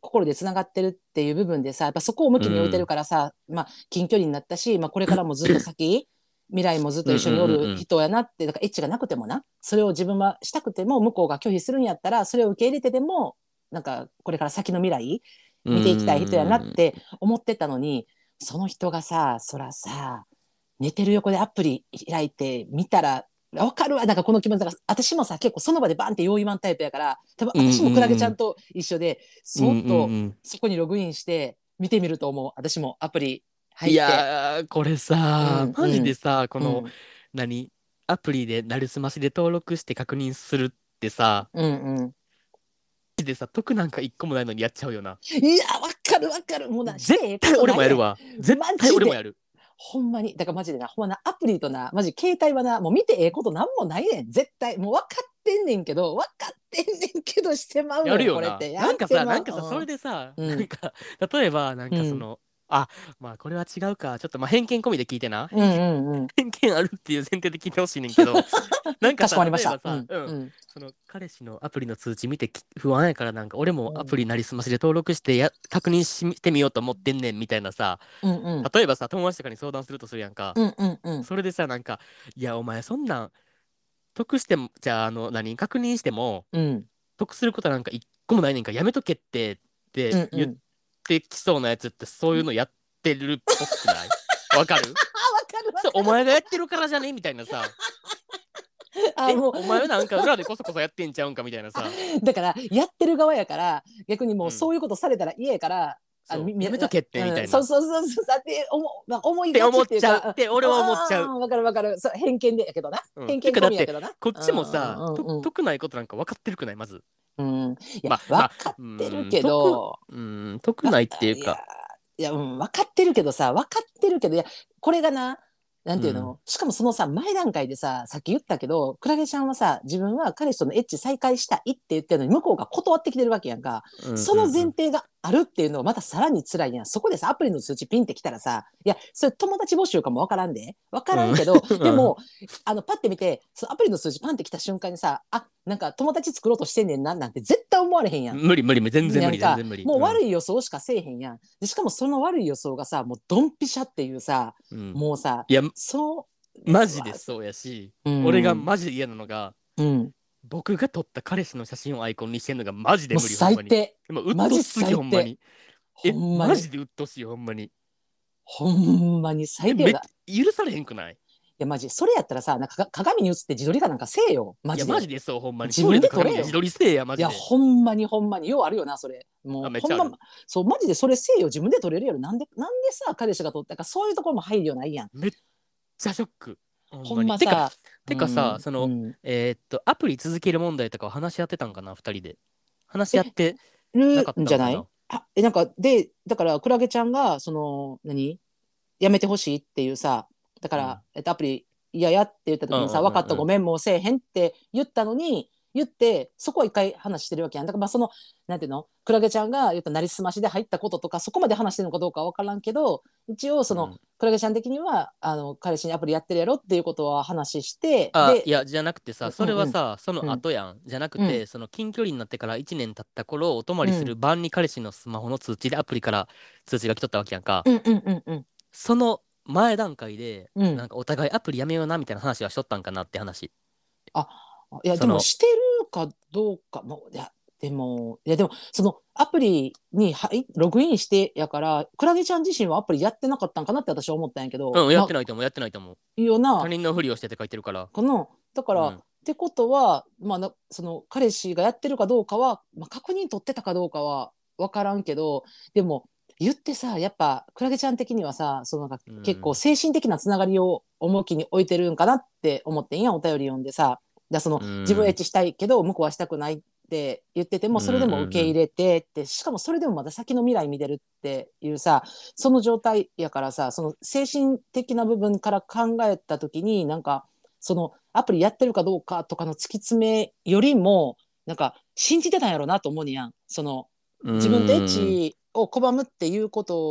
心でつながってるっていう部分でさ、やっぱそこを向きに置いてるからさ、まあ近距離になったし、まあ、これからもずっと先未来もずっと一緒におる人やなって、だからエッチがなくてもな、それを自分はしたくても向こうが拒否するんやったら、それを受け入れてでもなんかこれから先の未来見ていきたい人やなって思ってたのに、その人がさ、そらさ、寝てる横でアプリ開いて見たらわかるわ。なんかこの気持ちだから、私もさ、結構その場でバンってよう言わんタイプやから、多分私もクラゲちゃんと一緒で、そっとそこにログインして見てみると思う。私もアプリ入って。 いやー、これさ、マジでさ、この、アプリでなりすましで登録して確認するってさ、マジでさ、得なんか一個もないのにやっちゃうよな。 いや、わかるわかる。もうな、 絶対俺もやるわ。絶対俺もやる。 ほんまに。だからマジでな、ほんまな、アプリとな、マジ携帯はな、もう見てええことなんもないねん。絶対。もう分かってんねんけど、してまうのよ、 これって。 なんかさ、それでさ、なんか、例えば、なんかその、まあこれは違うか。ちょっとまあ偏見込みで聞いてな。偏見あるっていう前提で聞いてほしいねんけど、なんかさ、例えばさ、その彼氏のアプリの通知見て不安やからなんか俺もアプリなりすましで登録して確認してみようと思ってんねんみたいなさ、例えばさ、友達とかに相談するとするやんか。それでさ、なんか、いやお前そんなん得しても、じゃあ確認しても、得することなんか一個もないねんからやめとけって言ってきそうなやつってそういうのやってるっぽくない？わかる？お前がやってるからじゃねみたいなさ。お前はなんか裏でこそこそやってんちゃうんかみたいなさ。 だからやってる側やから逆にもうそういうことされたら嫌やから、 やめとけってみたいな。 そうだって思いがちっていうかって俺は思っちゃう。 わかる。偏見でやけどな。偏見込みやけどな。こっちもさ、得ないことなんか分かってるくないまず。 いや分かってるけど、 得ないっていうか。 いや分かってるけどさ、分かってるけど、いやこれがな。なんていうの、しかもそのさ、前段階でさ、さっき言ったけど、クラゲちゃんはさ、自分は彼氏とのエッチ再開したいって言ってるのに、向こうが断ってきてるわけやんか。その前提があるっていうのはまたさらに辛いやん。そこでさ、アプリの通知ピンってきたらさ、いや、それ友達募集かもわからんで。わからんけど、でも、パッて見て、そのアプリの数字パンってきた瞬間にさ、なんか友達作ろうとしてんねんな、なんて絶対思われへんやん。 無理、全然無理。 もう悪い予想しかせえへんやん。でしかもその悪い予想がさ、もうドンピシャっていうさ、もうさ、 いや、マジでそうやし、俺がマジで嫌なのが、僕が撮った彼氏の写真をアイコンにしてんのがマジで無理。 最低。 マジすぎほんまに。マジでうっとしいほんまに。 ほんまに最低だ。 許されへんくない？いやマジそれやったらさ、なんか鏡に映って自撮りかなんかせえよ。マジで。 いやマジでそうほんまに。 自分で撮れよ。 自撮りせえやマジで。 いやほんまにようあるよなそれ。もうめっちゃある。 そうマジでそれせえよ、自分で撮れるやろ。なんでさ彼氏が撮ったか、そういうところも配慮ないやん。 めっちゃショック。 ほんまさ。 てかさ、そのアプリ続ける問題とかを話し合ってたんかな、2人で。話し合ってなかったんじゃない？なんかでだからクラゲちゃんがそのやめてほしいっていうさ、だから、アプリ嫌やって言った時にさ、分かったごめんもうせえへんって言ったのに、言ってそこは一回話してるわけやん。だからまあそのなんていうの、クラゲちゃんが言ったなりすましで入ったこととかそこまで話してるのかどうかは分からんけど、一応その、クラゲちゃん的には彼氏にアプリやってるやろっていうことは話して、 いやじゃなくてさ、それはさ、その後やん、じゃなくて、その近距離になってから1年経った頃お泊まりする晩に彼氏のスマホの通知でアプリから通知が来とったわけやんか。その前段階で、なんかお互いアプリやめようなみたいな話はしとったんかなって話。 いやでもしてるかどうかも、いやでもそのアプリにログインしてやから、クラゲちゃん自身はアプリやってなかったんかなって私は思ったんやけど、 やってないと思う。 いいよな。 他人のふりをしてって書いてるからだから、ってことはまあその彼氏がやってるかどうかは、確認取ってたかどうかは分からんけど、でも言ってさ、やっぱクラゲちゃん的にはさ、その結構精神的なつながりを重きに置いてるんかなって思ってんや、お便り読んでさ。その自分エッチしたいけど向こうはしたくないって言ってても、それでも受け入れてって、しかもそれでもまだ先の未来見てるっていうさ、その状態やからさ、その精神的な部分から考えた時に、なんかそのアプリやってるかどうかとかの突き詰めよりも、なんか信じてたんやろうなと思うにやん。その自分とエッチを拒むっていうこと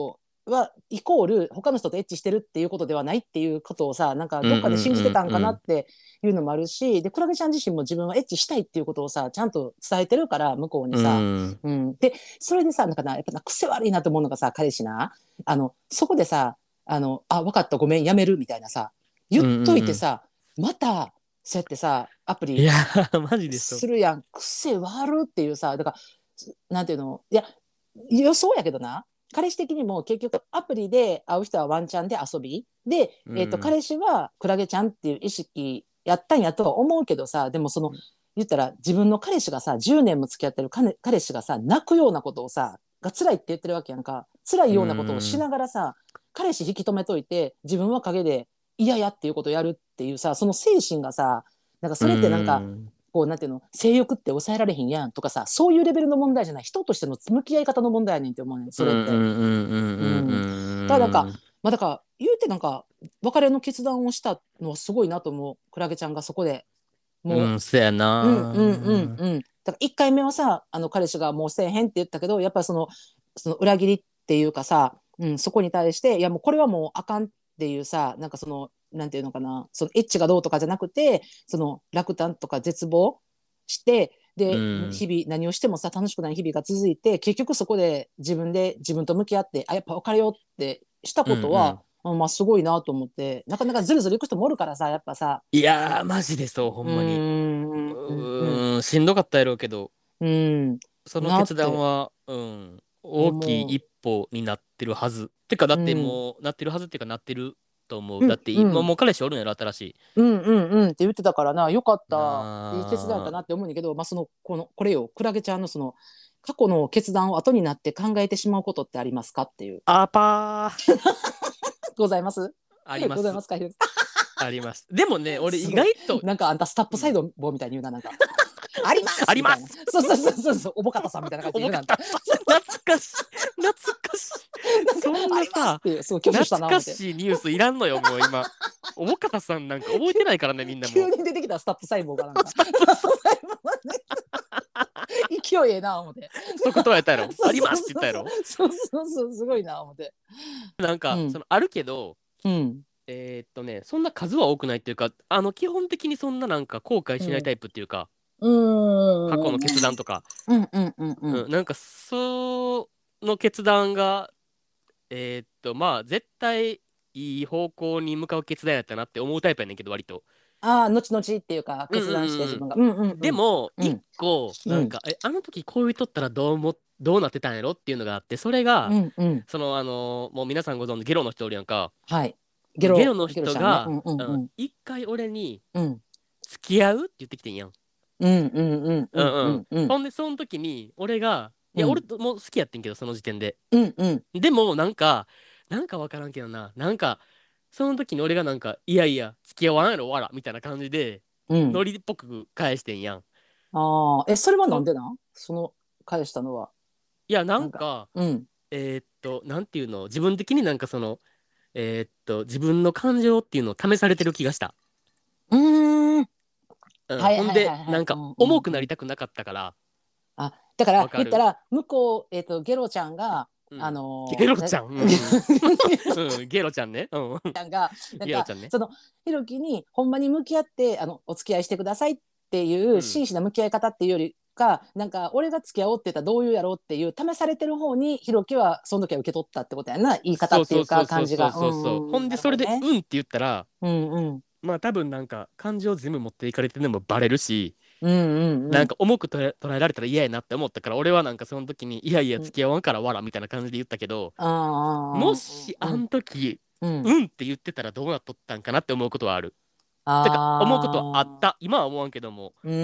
はイコール他の人とエッチしてるっていうことではないっていうことをさ、なんかどっかで信じてたんかなっていうのもあるし、でクラゲちゃん自身も自分はエッチしたいっていうことをさちゃんと伝えてるから向こうにさ、でそれでさ、なんかな、やっぱな癖悪いなと思うのがさ、彼氏な、そこでさ、分かったごめんやめるみたいなさ言っといてさ、またそうやってさアプリいやマジでそうするやん、癖悪っていうさ、だからなんていうの、いや予想やけどな、彼氏的にも結局アプリで会う人はワンチャンで遊びで、彼氏はクラゲちゃんっていう意識やったんやとは思うけどさ、でもその言ったら自分の彼氏がさ10年も付き合ってる彼氏がさ泣くようなことをさが辛いって言ってるわけやんか。辛いようなことをしながらさ、彼氏引き止めといて自分は陰で嫌やっていうことをやるっていうさ、その精神がさ、なんかそれってなんかこうなんていうの、性欲って抑えられへんやんとかさ、そういうレベルの問題じゃない、人としての向き合い方の問題やねんって思うねんそれって。ただなんか、まあ、だから言うてなんか別れの決断をしたのはすごいなと思う、クラゲちゃんがそこでもう、 そうやな。 だから1回目はさ、彼氏がもうせえへんって言ったけど、やっぱりその裏切りっていうかさ、そこに対していやもうこれはもうあかんっていうさ、なんかそのなんていうのかな、そのエッチがどうとかじゃなくて、その落胆とか絶望してで、日々何をしてもさ楽しくない日々が続いて、結局そこで自分と向き合って、やっぱ別れようってしたことは、まあすごいなと思って。なかなかずるずるいく人もおるからさ、やっぱさ。 いやーマジでそう、ほんまにしんどかったやろうけど、その決断は大きい一歩になってるはず。てかだってもうなってるはずっていうかなってると思う。だって今もう彼氏おるんやろ、新しい。 って言ってたからな、よかった、いい決断かなって思うんだけど、まあこれよ、クラゲちゃんのその過去の決断を後になって考えてしまうことってありますかっていう。 あぱーございます。 あります。 ございますか。 あります。でもね、俺意外となんかあんたスタップサイド棒みたいに言うな、なんか。ありますあります。 そうおぼかたさんみたいな感じで言うなんか。 懐かしい。そんなさ、懐かしいニュースいらんのよ、もう今。おぼかたさんなんか覚えてないからね、みんなも。 急に出てきたスタップ細胞がなんか。勢いええな思って。 即答やったやろ。ありますって言ったやろ。 そうすごいな思って。 なんか、そのあるけど、そんな数は多くないっていうか、基本的にそんななんか後悔しないタイプっていうか、過去の決断とか、なんかその決断がまあ絶対いい方向に向かう決断やったなって思うタイプやねんけど、割と。 後々っていうか決断して自分が。 でも一個なんか、あの時こういうとったらどうなってたんやろっていうのがあって、それが、そのもう皆さんご存知ゲロの人おるやんか。 はい。 ゲロの人が一回俺に付き合うって言ってきてんやん。ほんでその時に俺がいや、俺も好きやってんけどその時点で。でもなんか分からんけどな、なんかその時に俺がなんかいやいや付き合わんやろわらみたいな感じでノリっぽく返してんやん。 それはなんでなんその返したのは。 いやなんかなんていうの、自分的になんかその自分の感情っていうのを試されてる気がした。ほんでなんか重くなりたくなかったから。 だから言ったら向こうゲロちゃんがゲロちゃんゲロちゃんね。 ゲロちゃんね。そのひろきにほんまに向き合ってお付き合いしてくださいっていう真摯な向き合い方っていうよりか、なんか俺が付き合おうって言ったらどういうやろうっていう試されてる方にひろきはその時は受け取ったってことやな、言い方っていうか感じが。 ほんでそれでうんって言ったらまあ多分なんか感情全部持っていかれてるのもバレるし、なんか重く捉えられたら嫌やなって思ったから、俺はなんかその時にいやいや付き合わんからわらみたいな感じで言ったけど、もしあん時うんって言ってたらどうなっとったんかなって思うことはある。てか思うことはあった。今は思わんけども。か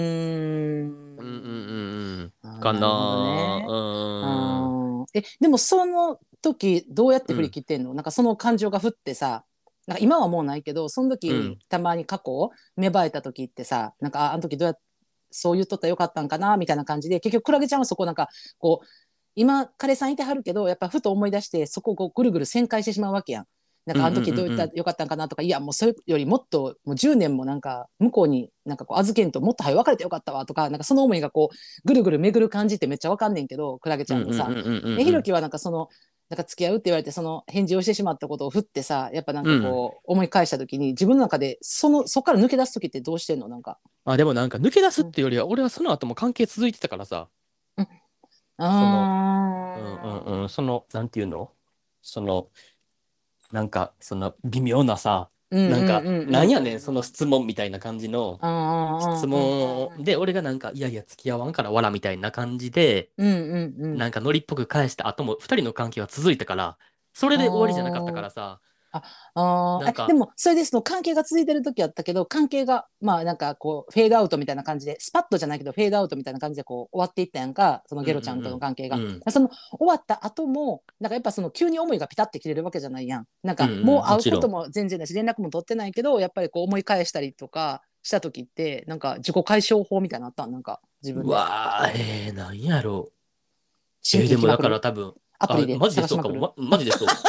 な。 でもその時どうやって振り切ってんの？なんかその感情が降ってさ、なんか今はもうないけど、その時、たまに過去芽生えた時ってさ、なんかあの時どうやってそう言っとったらよかったんかなみたいな感じで、結局クラゲちゃんはそこなんかこう今彼さんいてはるけど、やっぱふと思い出してそこをこうぐるぐる旋回してしまうわけやん。なんかあの時どういったらよかったんかなとか、いやもうそれよりもっともう10年もなんか向こうになんかこう預けんともっと早く別れてよかったわとか、なんかその思いがこうぐるぐる巡る感じってめっちゃわかんねんけど、クラゲちゃんもさ。ひろきはなんかそのなんか付き合うって言われてその返事をしてしまったことを振ってさ、やっぱなんかこう思い返した時に、自分の中でそっから抜け出す時ってどうしてんの？なんか。 でもなんか抜け出すっていうよりは、俺はその後も関係続いてたからさ、 うん、 その、 あなんていうの、その、なんか、その微妙なさ、 うんうんなんか、 うんうん。 なんやねん、その質問みたいな感じの質問で、俺がなんか、いやいや、付き合わんからわらみたいな感じで、 うんうんうん。 なんかノリっぽく返した後も、二人の関係は続いたから、それで終わりじゃなかったからさ、 でなんか、 もそれでその関係が続いてる時やったけど、関係がまあなんかこうフェードアウトみたいな感じで、スパッとじゃないけどフェードアウトみたいな感じでこう終わっていったやんか、そのうんうゲロちゃんとの関係が。 んうん、 その終わった後もなんかやっぱその急に思いがピタって切れるわけじゃないやん。なんうん、 かもう会うこともちろん。 も全然だし連絡も取ってないけど、やっぱりこう思い返したりとかした時ってなんか自己解消法みたいなのあったん？なんか自分うでわなんやろう。 新規でもだ行きまくる？ から多分、 アプリでマジでそうかも。 探しまくる？ マジでそう。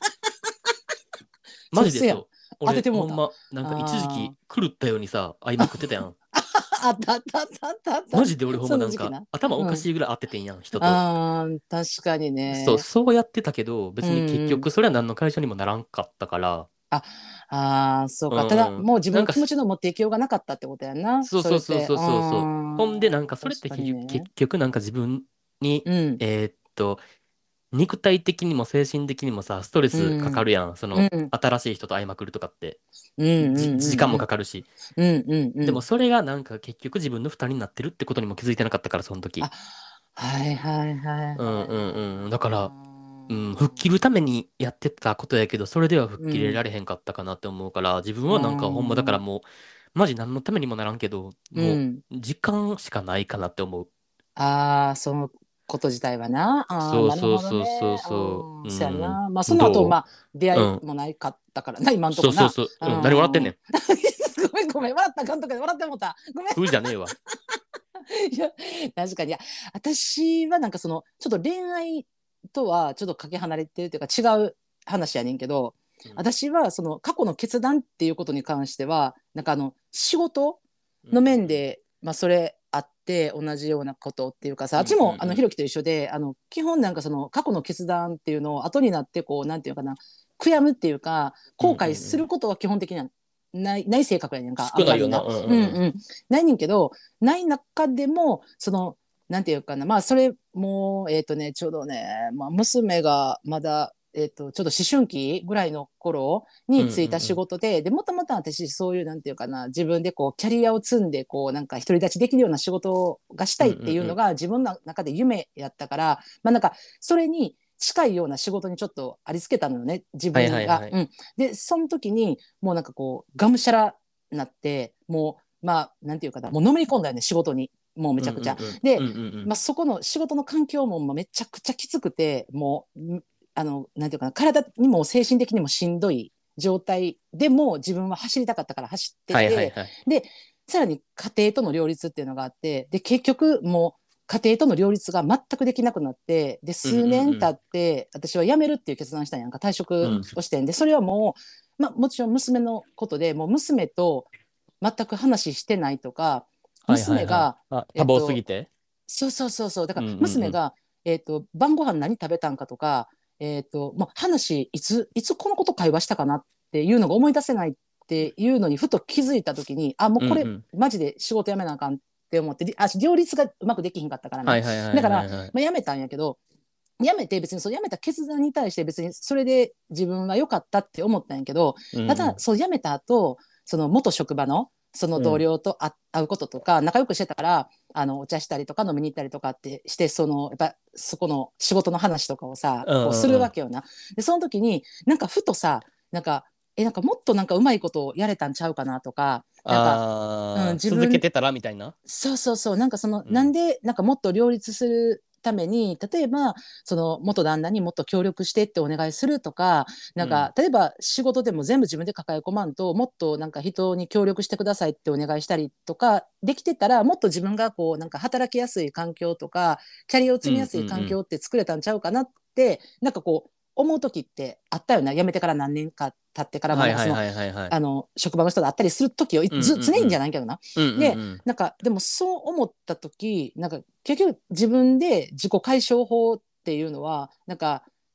マそうせやん。 ジでそう。 当て俺、 てもうた。 ほんま、なんか一時あ期狂ったようにさ、会いまくってたやん。 あったあったあったあったあった。 マジで俺ほんそまなんか、 の時期な。 頭おかうん。 しいぐらい会っててんやん、人と。 確かにそう、 ね。 そうやってたけど、 う別に結んうん。 局それは何の会社にもならんかったから、 あ、そうか。ただ、 うん。 もう自分なんかの気持ちの持っていきようがなかったってことやんな。 そうそうそれって。 そうそうそうそう。ほんで、なんかそれっ確かてにね。 結局なんか自分に、 うん。 肉体的にも精神的にもさ、ストレうスかかん。 るやん。その、 うん。 新しい人と会いまくるとかって。 うんうん時間もうんうん。 かかるし。 うんうんうん。 でもそれがなんか結局自分の負担になってるってことにも気づいてなかったから、そのあ、 時。 はいはいはいうんはいうんうん。だかはら、うん、吹っ切るためにやってたことやけど、それでは吹っい。うん。 切れられへんかったかなって思うから、自分うはなんかほんまだからん。 もう、マジ何のためにもならんけど、もうん。 う時間しかないかなって思う。 そのこと自体はな。 そうなるそうそうほどね。 そうそうん、 う。うそやん。 な。まあ、その後、まどあ、出会いううん。 もないかったからな、今んとこな。 そうそうそう。 ううん。何笑ってんねん。 ん。 ごめん、ごめん。笑った監督で笑ってもうた。ごめん。 ふーじゃねえわ。 いや、確かに。いや、私はなんかその、ちょっと恋愛とはちょっとかけ離れてるというか違う話やねんけど、 うん。 私はその過去の決断っていうことに関しては、なんか仕事うんうの面んで、まあ、それあって同じようなことっていうかさ、 うん。うんうあっちもんうん。 ひろきと一緒で、基本なんかその過去の決断っていうのを後になってこうなんていうかな、悔やむっていうかうんう後悔んうん。 することは基本的にはない性格やねんか、あ少ないよな。 んまりな。 うんうんうん。 うんうん。ないねんけど、ない中でもそのなんていうかな、まあそれもちょうどね、まあ、娘がまだちょっと思春期ぐらいの頃うんうんに就いた仕うん。 事で、もともと私そういうなんていうかな、自分でこうキャリアを積んでこうなんか独り立ちできるような仕事がしたうんいっていうのうんうん。 が自分の中で夢やったから、まあなんかそれに近いような仕事にちょっとありつけたのよね、自はいは分が。 いはい。 うん。でその時にもうなんかこうがむしゃらなって、もうまあなんていうかな、もうのめり込んだよね、仕事に。もうめうんうんちゃくちゃ。 うん。 で、 うんうんうん。 まあ、そこの仕事の環境もめちゃくちゃきつくて、もうなんていうかな、体にも精神的にもしんどい状態でも自分は走りたかったから走ってはいはいて、 はい。 でさらに家庭との両立っていうのがあって、で結局もう家庭との両立が全くできなくなって、でうんうん数年経うん。 って私は辞めるっていう決断したんやんか、退職うん。 をしてんで、それはもう、まあ、もちろん娘のことで、もう娘と全く話してないとか、 はいはいはい。 娘が多忙すぎて。 そうそうそうそう。だからうんうんうん。 娘が、晩ご飯何食べたんかとか、まあ、話いつこのこと会話したかなっていうのが思い出せないっていうのにふと気づいた時に、もうこれうんうん。 マジで仕事辞めなあかんって思って、両立がうまくできひんかったからな。 はいはいはいだから、 はいはい。 まあ、辞めたんやけど、辞めて別にその辞めた決断に対して別にそれで自分は良かったって思ったんやけど、ただうんうん。 そう辞めた後、その元職場のその同うん。 僚と会うこととか仲良くしてたからお茶したりとか飲みに行ったりとかってして、やっぱそこの仕事の話とかをさうんこうすうんうん。 るわけよな。でその時になんかふとさ、なんかなんかもっとなんかうまいことをやれたんちゃうかなとか、なんか、自分、 続けてたらみたいな。 そうそうそう、なんかそのうん。 なんでなんかもっと両立するために、例えばその元旦那にもっと協力してってお願いするとか、なんうん。 か例えば仕事でも全部自分で抱え込まんと、もっとなんか人に協力してくださいってお願いしたりとかできてたら、もっと自分がこうなんか働きやすい環境とかキャリアを積みやうんすい環境うんうん。 って作れたんちゃうかなって、なんかこう思う時ってあったよな、辞めてから何年か経ってからも、なんかそのはいはいはいはいはい。 職場の人と会ったりする時をうんうん常にじゃうん。 ないけどな。 うんうんでうん。 なんかでもそう思った時、なんか結局自分で自己解消法っていうのはなんか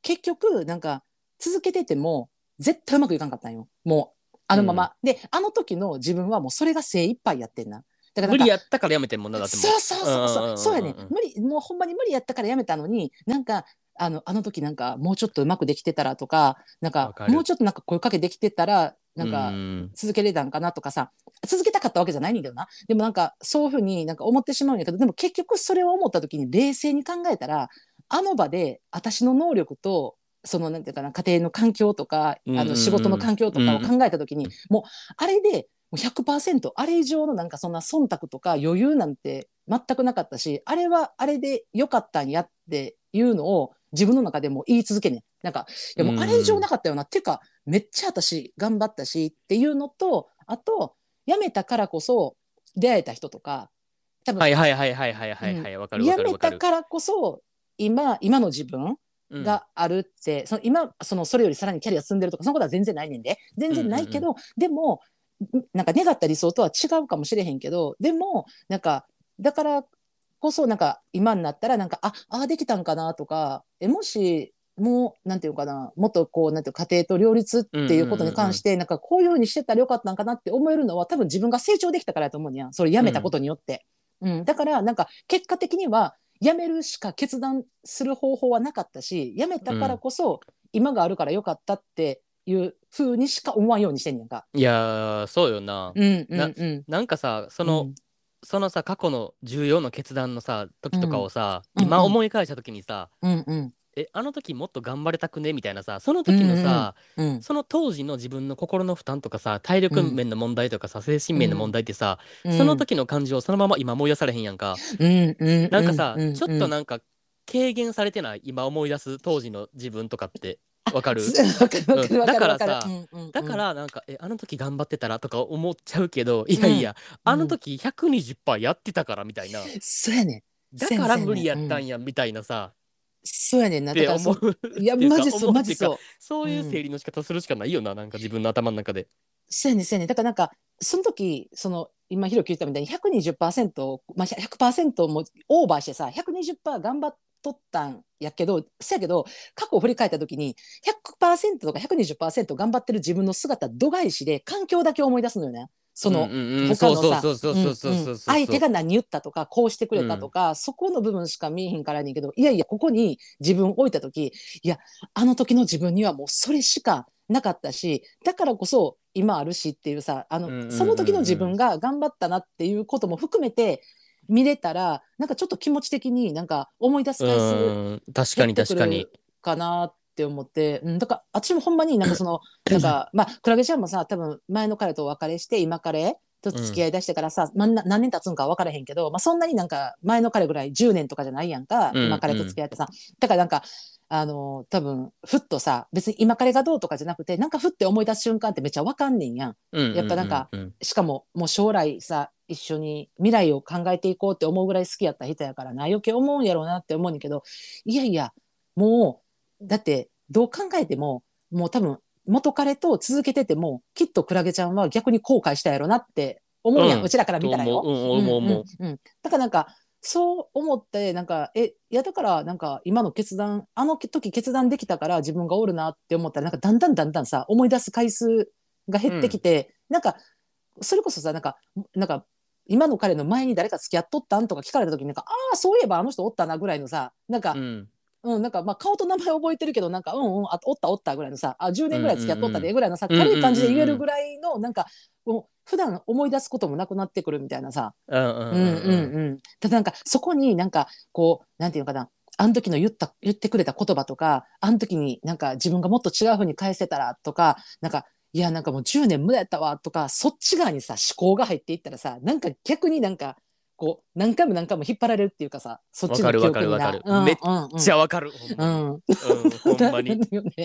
結局なんか続けてても絶対うまくいかんかったんよ。もうあのまま、であの時の自分はもうそれが精一杯やってんな。だから無理やったからやめてんもんな。だってもそうそうそうそう、そうやね。無理、もうほんまに無理やったからやめたのに、なんかあの時なんかもうちょっとうまくできてたらとか、なんかもうちょっとなんか声かけできてたらなんか続けれたんかなとかさ、続けたかったわけじゃないんだけどな。でもなんかそういうふうになんか思ってしまうんやけど、でも結局それを思った時に冷静に考えたら、あの場で私の能力とそのなんていうかな、家庭の環境とか仕事の環境とかを考えた時に、もうあれでもう 100% あれ以上のなんかそんな忖度とか余裕なんて全くなかったし、あれはあれで良かったんやっていうのを自分の中でも言い続けね。なんかいやもうあれ以上なかったよな、っていうかめっちゃ私頑張ったしっていうのと、あと辞めたからこそ出会えた人とか、多分はいはいはいはいはいはいはい、わかるわかるわかる。 辞めたからこそ今の自分があるって、その今それよりさらにキャリア積んでるとかそのことは全然ないねんで、全然ないけど、でもなんか願った理想とは違うかもしれへんけど、でもなんかだからこそなんか今になったらなんかできたんかなとか、もしもうなんていうかな、もっとこうなんていう家庭と両立っていうことに関して、なんかこういうふうにしてたらよかったんかなって思えるのは多分自分が成長できたからやと思うんや、それやめたことによって、だからなんか結果的にはやめるしか決断する方法はなかったし、やめたからこそ今があるからよかったっていう風にしか思わんようにしてんねんか。 いやそうよな。なんかさ、そのさ過去の重要な決断のさ時とかをさ、今思い返した時にさ、あの時もっと頑張れたくねみたいなさ、その時のさ、その当時の自分の心の負担とかさ、体力面の問題とかさ、精神面の問題ってさ、その時の感情をそのまま今思い出されへんやんか。なんかさ、ちょっとなんか軽減されてない、今思い出す当時の自分とかって。わかる？だからさ、だからなんかあの時頑張ってたらとか思っちゃうけど、いやいや、あの時120%やってたからみたいな。 そうやね。 だから無理やったんやみたいなさ。 そうやねんな。 って思ういやマジそう、マジそう。 そういう整理の仕方するしかないよな、なんか自分の頭の中で。 そうやねん、そうやねん。だからなんかその時今ひろき言ったみたいに120%、まあ、100%もオーバーしてさ、120%頑張っとったんやけど、そやけど過去を振り返った時に100%とか120%頑張ってる自分の姿度外視で環境だけ思い出すのよね。その他のさ、相手が何言ったとかこうしてくれたとか、そこの部分しか見えへんからねんけど、いやいやここに自分を置いた時、いやあの時の自分にはもうそれしかなかったし、だからこそ今あるしっていうさ、その時の自分が頑張ったなっていうことも含めて見れたら、なんかちょっと気持ち的になんか思い出す回数減ってくるかなって思って、だから私もほんまになんかなんかまあクラゲちゃんもさ、多分前の彼とお別れして今彼と付き合いだしてからさ、何年経つんか分からへんけど、まあ、そんなになんか前の彼ぐらい10年とかじゃないやんか、今彼と付き合ってさ、だからなんか多分ふっとさ、別に今彼がどうとかじゃなくて、なんかふって思い出す瞬間ってめっちゃ分かんねんやん。やっぱなんか、しかももう将来さ一緒に未来を考えていこうって思うぐらい好きやった人やからな、余計思うんやろうなって思うんだけど、いやいやもうだってどう考えてももう多分元彼と続けててもきっとクラゲちゃんは逆に後悔したやろなって思うやん、うちらから見たらよ。だからなんかそう思ってなんかいやだからなんか今の決断あの時決断できたから自分がおるなって思ったら、なんかだんだんさ思い出す回数が減ってきて、なんかそれこそさ、なんか今の彼の前に誰か付き合っとったんとか聞かれた時になんかそういえばあの人おったなぐらいのさ、なんかなんかまあ顔と名前覚えてるけど、なんかおったぐらいのさ、10年ぐらい付き合っとったでぐらいのさ、軽い感じで言えるぐらいのなんかもう普段思い出すこともなくなってくるみたいなさ。ただなんかそこになんかこうなんていうのかな、あの時の言ってくれた言葉とか、あの時になんか自分がもっと違う風に返せたらとか、なんかいやなんかもう10年無駄やったわとか、そっち側にさ思考が入っていったらさ、なんか逆になんかこう何回も何回も引っ張られるっていうかさ、そっちの記憶にな。 めっちゃわかる。ほんまに。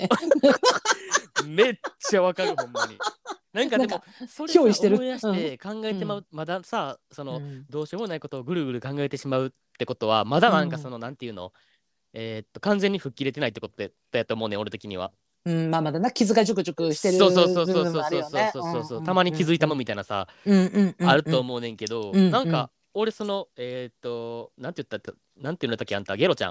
めっちゃわかる、ほんまに。なんかでもそれさ思い出して考えてまださ、どうしようもないことをぐるぐる考えてしまうってことは、まだなんかなんていうの、完全に吹っ切れてないってことだと思うね、俺的には。 まあまだな、傷がジュクジュクしてる部分もあるよね。 たまに気づいたもんみたいなさ、あると思うねんけど、なんか俺なんて言うんだっけ、あんたゲロちゃん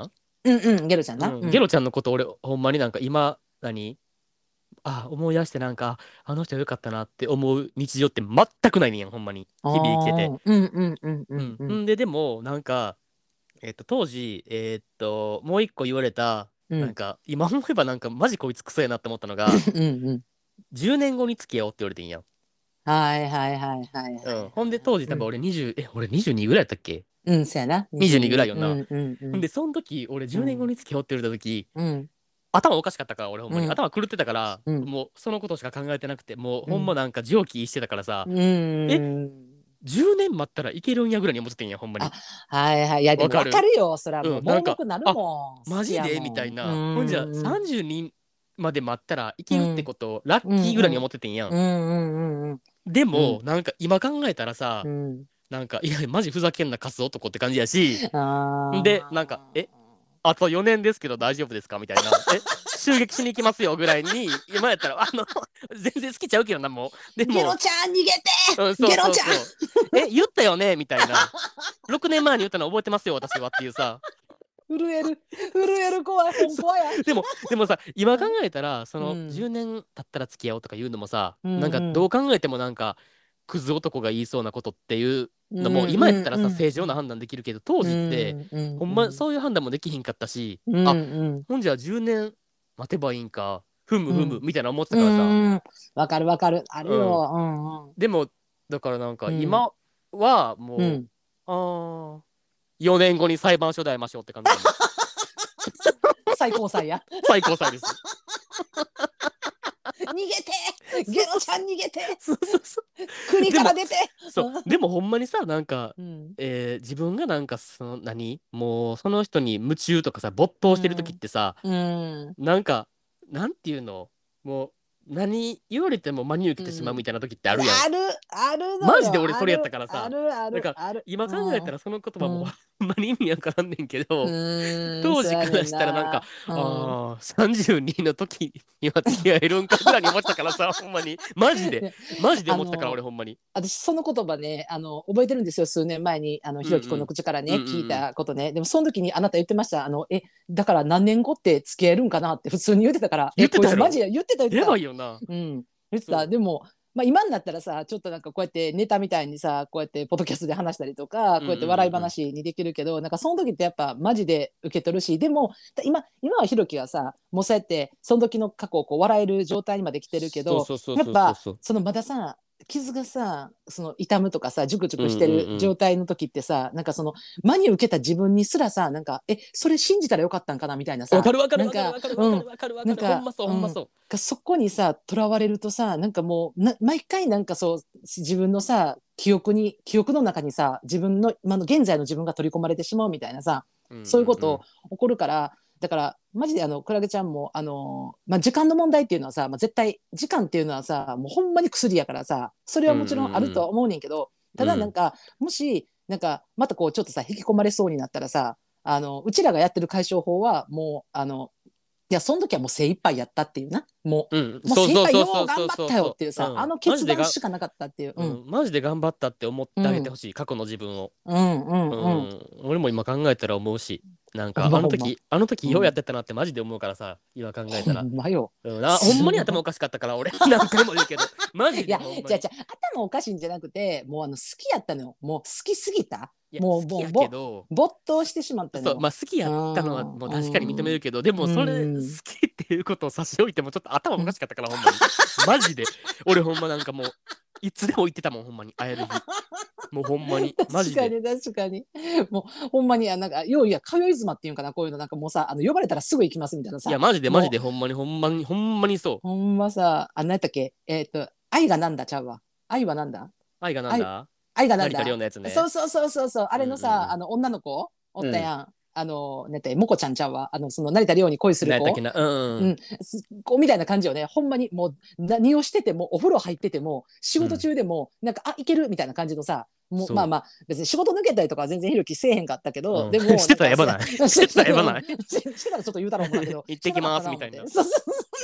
ゲロちゃんな、 ゲロちゃんのこと俺ほんまになんか今思い出してなんかあの人よかったなって思う日常って全くないねんほんまに日々生きてて。でもなんか当時もう一個言われた、なんか今思えばなんかマジこいつクソやなって思ったのが10年後に付き合おうって言われてんやん。 はいはいはいはい、 ほんで当時多分俺俺22ぐらいやったっけ。 そうやな。 22ぐらいよな。ほんでその時俺10年後に付き合おうって言われた時、頭おかしかったから俺ほんまに、頭狂ってたから、もうそのことしか考えてなくて、もうほんまなんか蒸気してたからさ、10年待ったらいけるんやぐらいに思っててんやほんまに。 はいはい、いやでも分かるよそれはもう盲目なるもん。マジでみたいな。ほんじゃ32まで待ったらいけるってことをラッキーぐらいに思っててんやん。でもなんか今考えたらさ、なんかいやマジふざけんなカス男って感じやし、でなんかあと4年ですけど大丈夫ですかみたいな襲撃しに行きますよぐらいに今やったら全然好きちゃうけどな。もうでもゲロちゃん逃げて、ゲロちゃん言ったよねみたいな6年前に言ったの覚えてますよ私はっていうさ震える怖い怖いやでもさ今考えたらその10年経ったら付き合おうとか言うのもさ、なんかどう考えてもなんかクズ男が言いそうなことっていうのも今やったらさ正常な判断できるけど、当時ってほんまそういう判断もできひんかったし、ほんじゃ10年待てばいいんかふむみたいな思ってたからさ。 わかるあるよ。 でもだからなんか今はもう4年後に裁判所で会いましょうって感じ最高裁や最高裁です。 逃げてゲロちゃん逃げて国から出て。 でもほんまにさなんか、自分がなんかもうその人に夢中とかさ没頭してる時ってさ、なんかなんていうの、もう何言われても真に受けてしまうみたいな時ってあるやん。 あるマジで俺それやったからさ。 なんか今考えたらその言葉もほんまに意味わからんねんけど、当時からしたらなんか32の時には付き合えるんかぐらいに思ってたからさほんまにマジで思ってたから俺ほんまに。 私その言葉ね覚えてるんですよ。数年前にひろきくんの口からね聞いたことね。でもその時にあなた言ってました。だから何年後って付き合えるんかなって普通に言ってたから。 言ってたよ。 マジで言ってた。 やばいよな。 言ってた。でも今になったらさちょっとなんかこうやってネタみたいにさこうやってポッドキャストで話したりとかこうやって笑い話にできるけど、なんかその時ってやっぱマジで受け取るし、でも今はひろきはさもうそうやってその時の過去をこう笑える状態にまで来てるけど、やっぱそのまださ傷がさその痛むとかさジュクジュクしてる状態の時ってさ、なんかその真に受けた自分にすらさなんかそれ信じたらよかったんかなみたいなさ、 わかるほんまそう、そこにさとらわれるとさなんかもう毎回なんかそう自分のさ記憶の中にさ自分の今の現在の自分が取り込まれてしまうみたいなさ、そういうこと起こるから。だからマジでクラゲちゃんも時間の問題っていうのはさ、絶対時間っていうのはさもうほんまに薬やからさ、それはもちろんあるとは思うねんけど、ただなんかもしなんかまたこうちょっとさ引き込まれそうになったらさうちらがやってる解消法はもういやその時はもう精一杯やったっていうな、もう精一杯よう頑張ったよっていうさ、決断しかなかったっていう、 マジで頑張ったって思ってあげてほしい、過去の自分を。俺も今考えたら思うし、なんかあの時ようやってたなってマジで思うからさ、今考えたらほんまに頭おかしかったから俺何回も言うけどマジで。 いやじゃ頭おかしいんじゃなくてもう好きやったのよ。もう好きすぎた、もう没頭してしまったのよ。 そう、好きやったのはもう確かに認めるけど、でもそれ好きっていうことを差し置いてもちょっと頭おかしかったからほんまにマジで俺ほんまなんかもういつでも言ってたもんほんまに会える日もうほんまにマジで確かにもうほんまになんかよういや通い妻っていうかな、こういうのなんかもうさ呼ばれたらすぐ行きますみたいなさ。 いやマジでほんまにそう。 ほんまさ何やったっけ愛がなんだちゃうわ。愛はなんだ愛がなんだ愛がなんだ成田凌のやつね。 そうあれのさ女の子おったやん。もこちゃんちゃんはその成田凌に恋する子みたいな感じよね。ほんまにもう何をしててもお風呂入ってても仕事中でもなんかいけるみたいな感じのさ、もう別に仕事抜けたりとかは全然ひろきせえへんかったけど、でもしてたらやばないしてたらやばないしてたらちょっと言うたら思うんだけど行ってきますみたいな。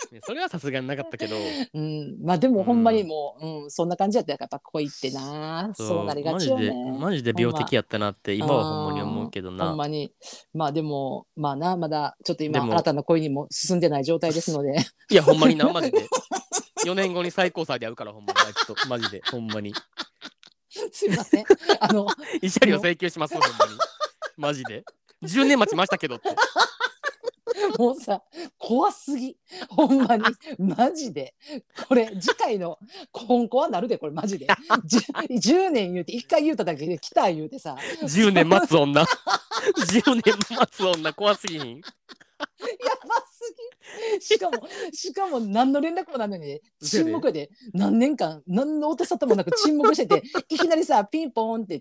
それはさすがになかったけど、 まあでもほんまにもう、そんな感じやったらやっぱここ行ってな、そうなりがちよね。 マジで病的やったなって今はほんまに思うけどな。 ほんまに。まあでもまあな、まだちょっと今新たな恋にも進んでない状態ですので。 いやほんまにな、マジで4年後に最高裁で会うから、ほんまにあいつとマジでほんまにすいません、 慰謝料請求しますほんまにマジで10年待ちましたけどってもうさ、怖すぎ。ほんまに。マジで。これ、次回の本コアなるで、これマジで。10年言うて、1回言うただけで来た言うてさ。 10年待つ女。10年待つ女、怖すぎひん。 やばすぎ。しかも何の連絡もないのに、沈黙で何年間、何の音沙汰もなく沈黙してて、いきなりさ、ピンポーンって言って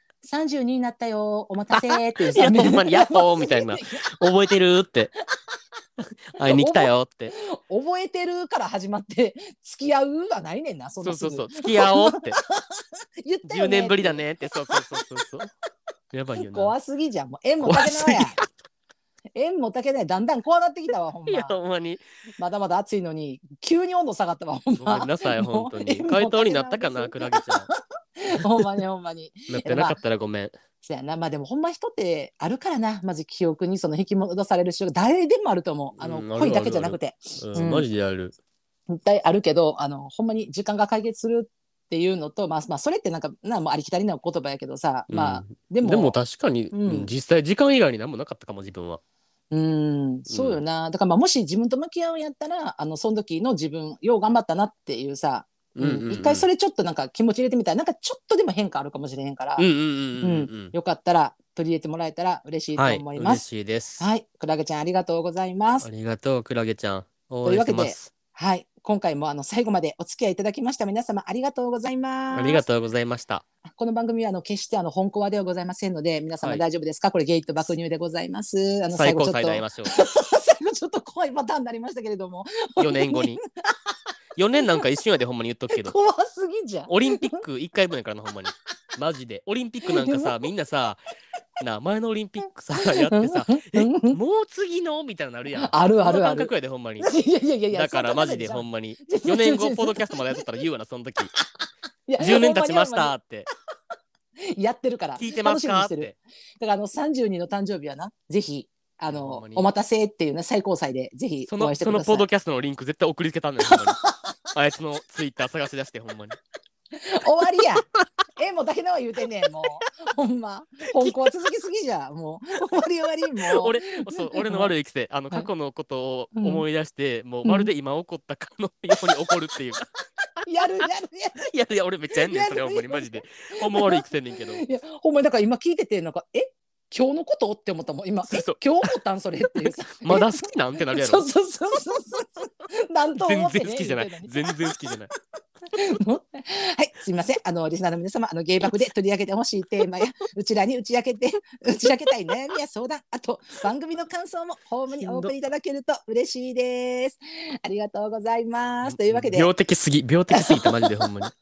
、32になったよ、お待たせっていうさ、 ほんまにヤッホーみたいな。覚えてるって。会いに来たよって。 覚えてるから始まって、付き合うはないねんな、 そう、付き合おうって。 言ったよね。 10年ぶりだねって、そう。やばいよな。 怖すぎじゃん、もう縁も竹縄や。縁も竹縄、だんだん怖なってきたわ、ほんま。 いや、ほんまに。 まだまだ暑いのに、急に温度下がったわ、ほんま。 ごめんなさい、ほんとに。回答になったかな、クラゲちゃん。 ほんまにほんまに。 なってなかったらごめん。 そうやな、まあでもほんま人ってあるからな、まず記憶にその引き戻される人が誰でもあると思う。恋だけじゃなくて。 マジである。 絶対あるけど、ほんまに時間が解決するっていうのと、まあそれってなんかもうありきたりな言葉やけどさ、まあでも確かに、実際時間以外に何もなかったかも、自分は。 そうよな。だからまあもし自分と向き合うんやったら、その時の自分よう頑張ったなっていうさ、一回それちょっとなんか気持ち入れてみたら、なんかちょっとでも変化あるかもしれへんから、よかったら取り入れてもらえたら嬉しいと思います。 嬉しいです。 はい、クラゲちゃんありがとうございます。 ありがとう、クラゲちゃん。 というわけで、はい、今回も最後までお付き合いいただきました皆様ありがとうございます。 ありがとうございました。 この番組は決して本コアではございませんので、皆様大丈夫ですか？これゲート爆乳でございます。 最高裁で会いましょう。 最後ちょっと怖いパターンになりましたけれども、 4年後に。4年なんか一瞬やでほんまに言っとくけど。 怖すぎじゃん。 オリンピック1回分やからな、ほんまに。マジで。オリンピックなんかさ、みんなさ、前のオリンピックさ、やってさ、もう次のみたいなのあるやん。 あるあるある。 感覚やでほんまに。 いやだからマジでほんまに。4年後、ポッドキャストまでやっとったら言うわな、その時。10年経ちましたって。 やってるから。 聞いてますかって。 だから32の誕生日はな、ぜひ。お待たせっていうね、最高裁でぜひお会いしてください。 そのポッドキャストのリンク絶対送りつけたんだよ、あいつのツイッター探し出してほんまに。 終わりや。もうだけのは言うてんねん、もう。ほんま。本校は続きすぎじゃ。もう。終わり、もう。 俺の悪い癖。過去のことを思い出して、もうまるで今起こったかのように起こるっていう。 やる。 いや、俺めっちゃやんねん、それほんまにマジで。ほんま悪い癖ねんけど。 いや、ほんまにだから今聞いてて、なんか、今日のことって思ったもん今。今日思ったんそれっていうさ。 まだ好きなんてなるやろ。 そう。なんと思って全然好きじゃない。全然好きじゃない。 はい、すみません。リスナーの皆様、ゲイバクで取り上げてほしいテーマや、うちらに打ち明けたい悩みや相談、あと番組の感想もホームにお送りいただけると嬉しいです。ありがとうございます。というわけで。 病的すぎたマジでほんまに。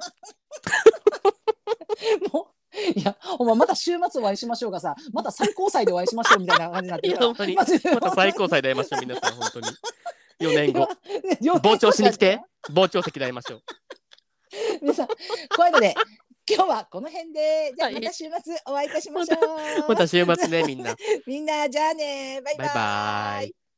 もういや、また週末お会いしましょうがさ、また最高裁でお会いしましょうみたいな感じになってるから。 また最高裁で会いましょう、皆さん、本当に。4年後。傍聴しに来て、傍聴席で会いましょう。 皆さん、怖いので、今日はこの辺で、じゃあまた週末お会いいたしましょう。 また週末ね、みんな。 みんな、じゃあね、バイバイ。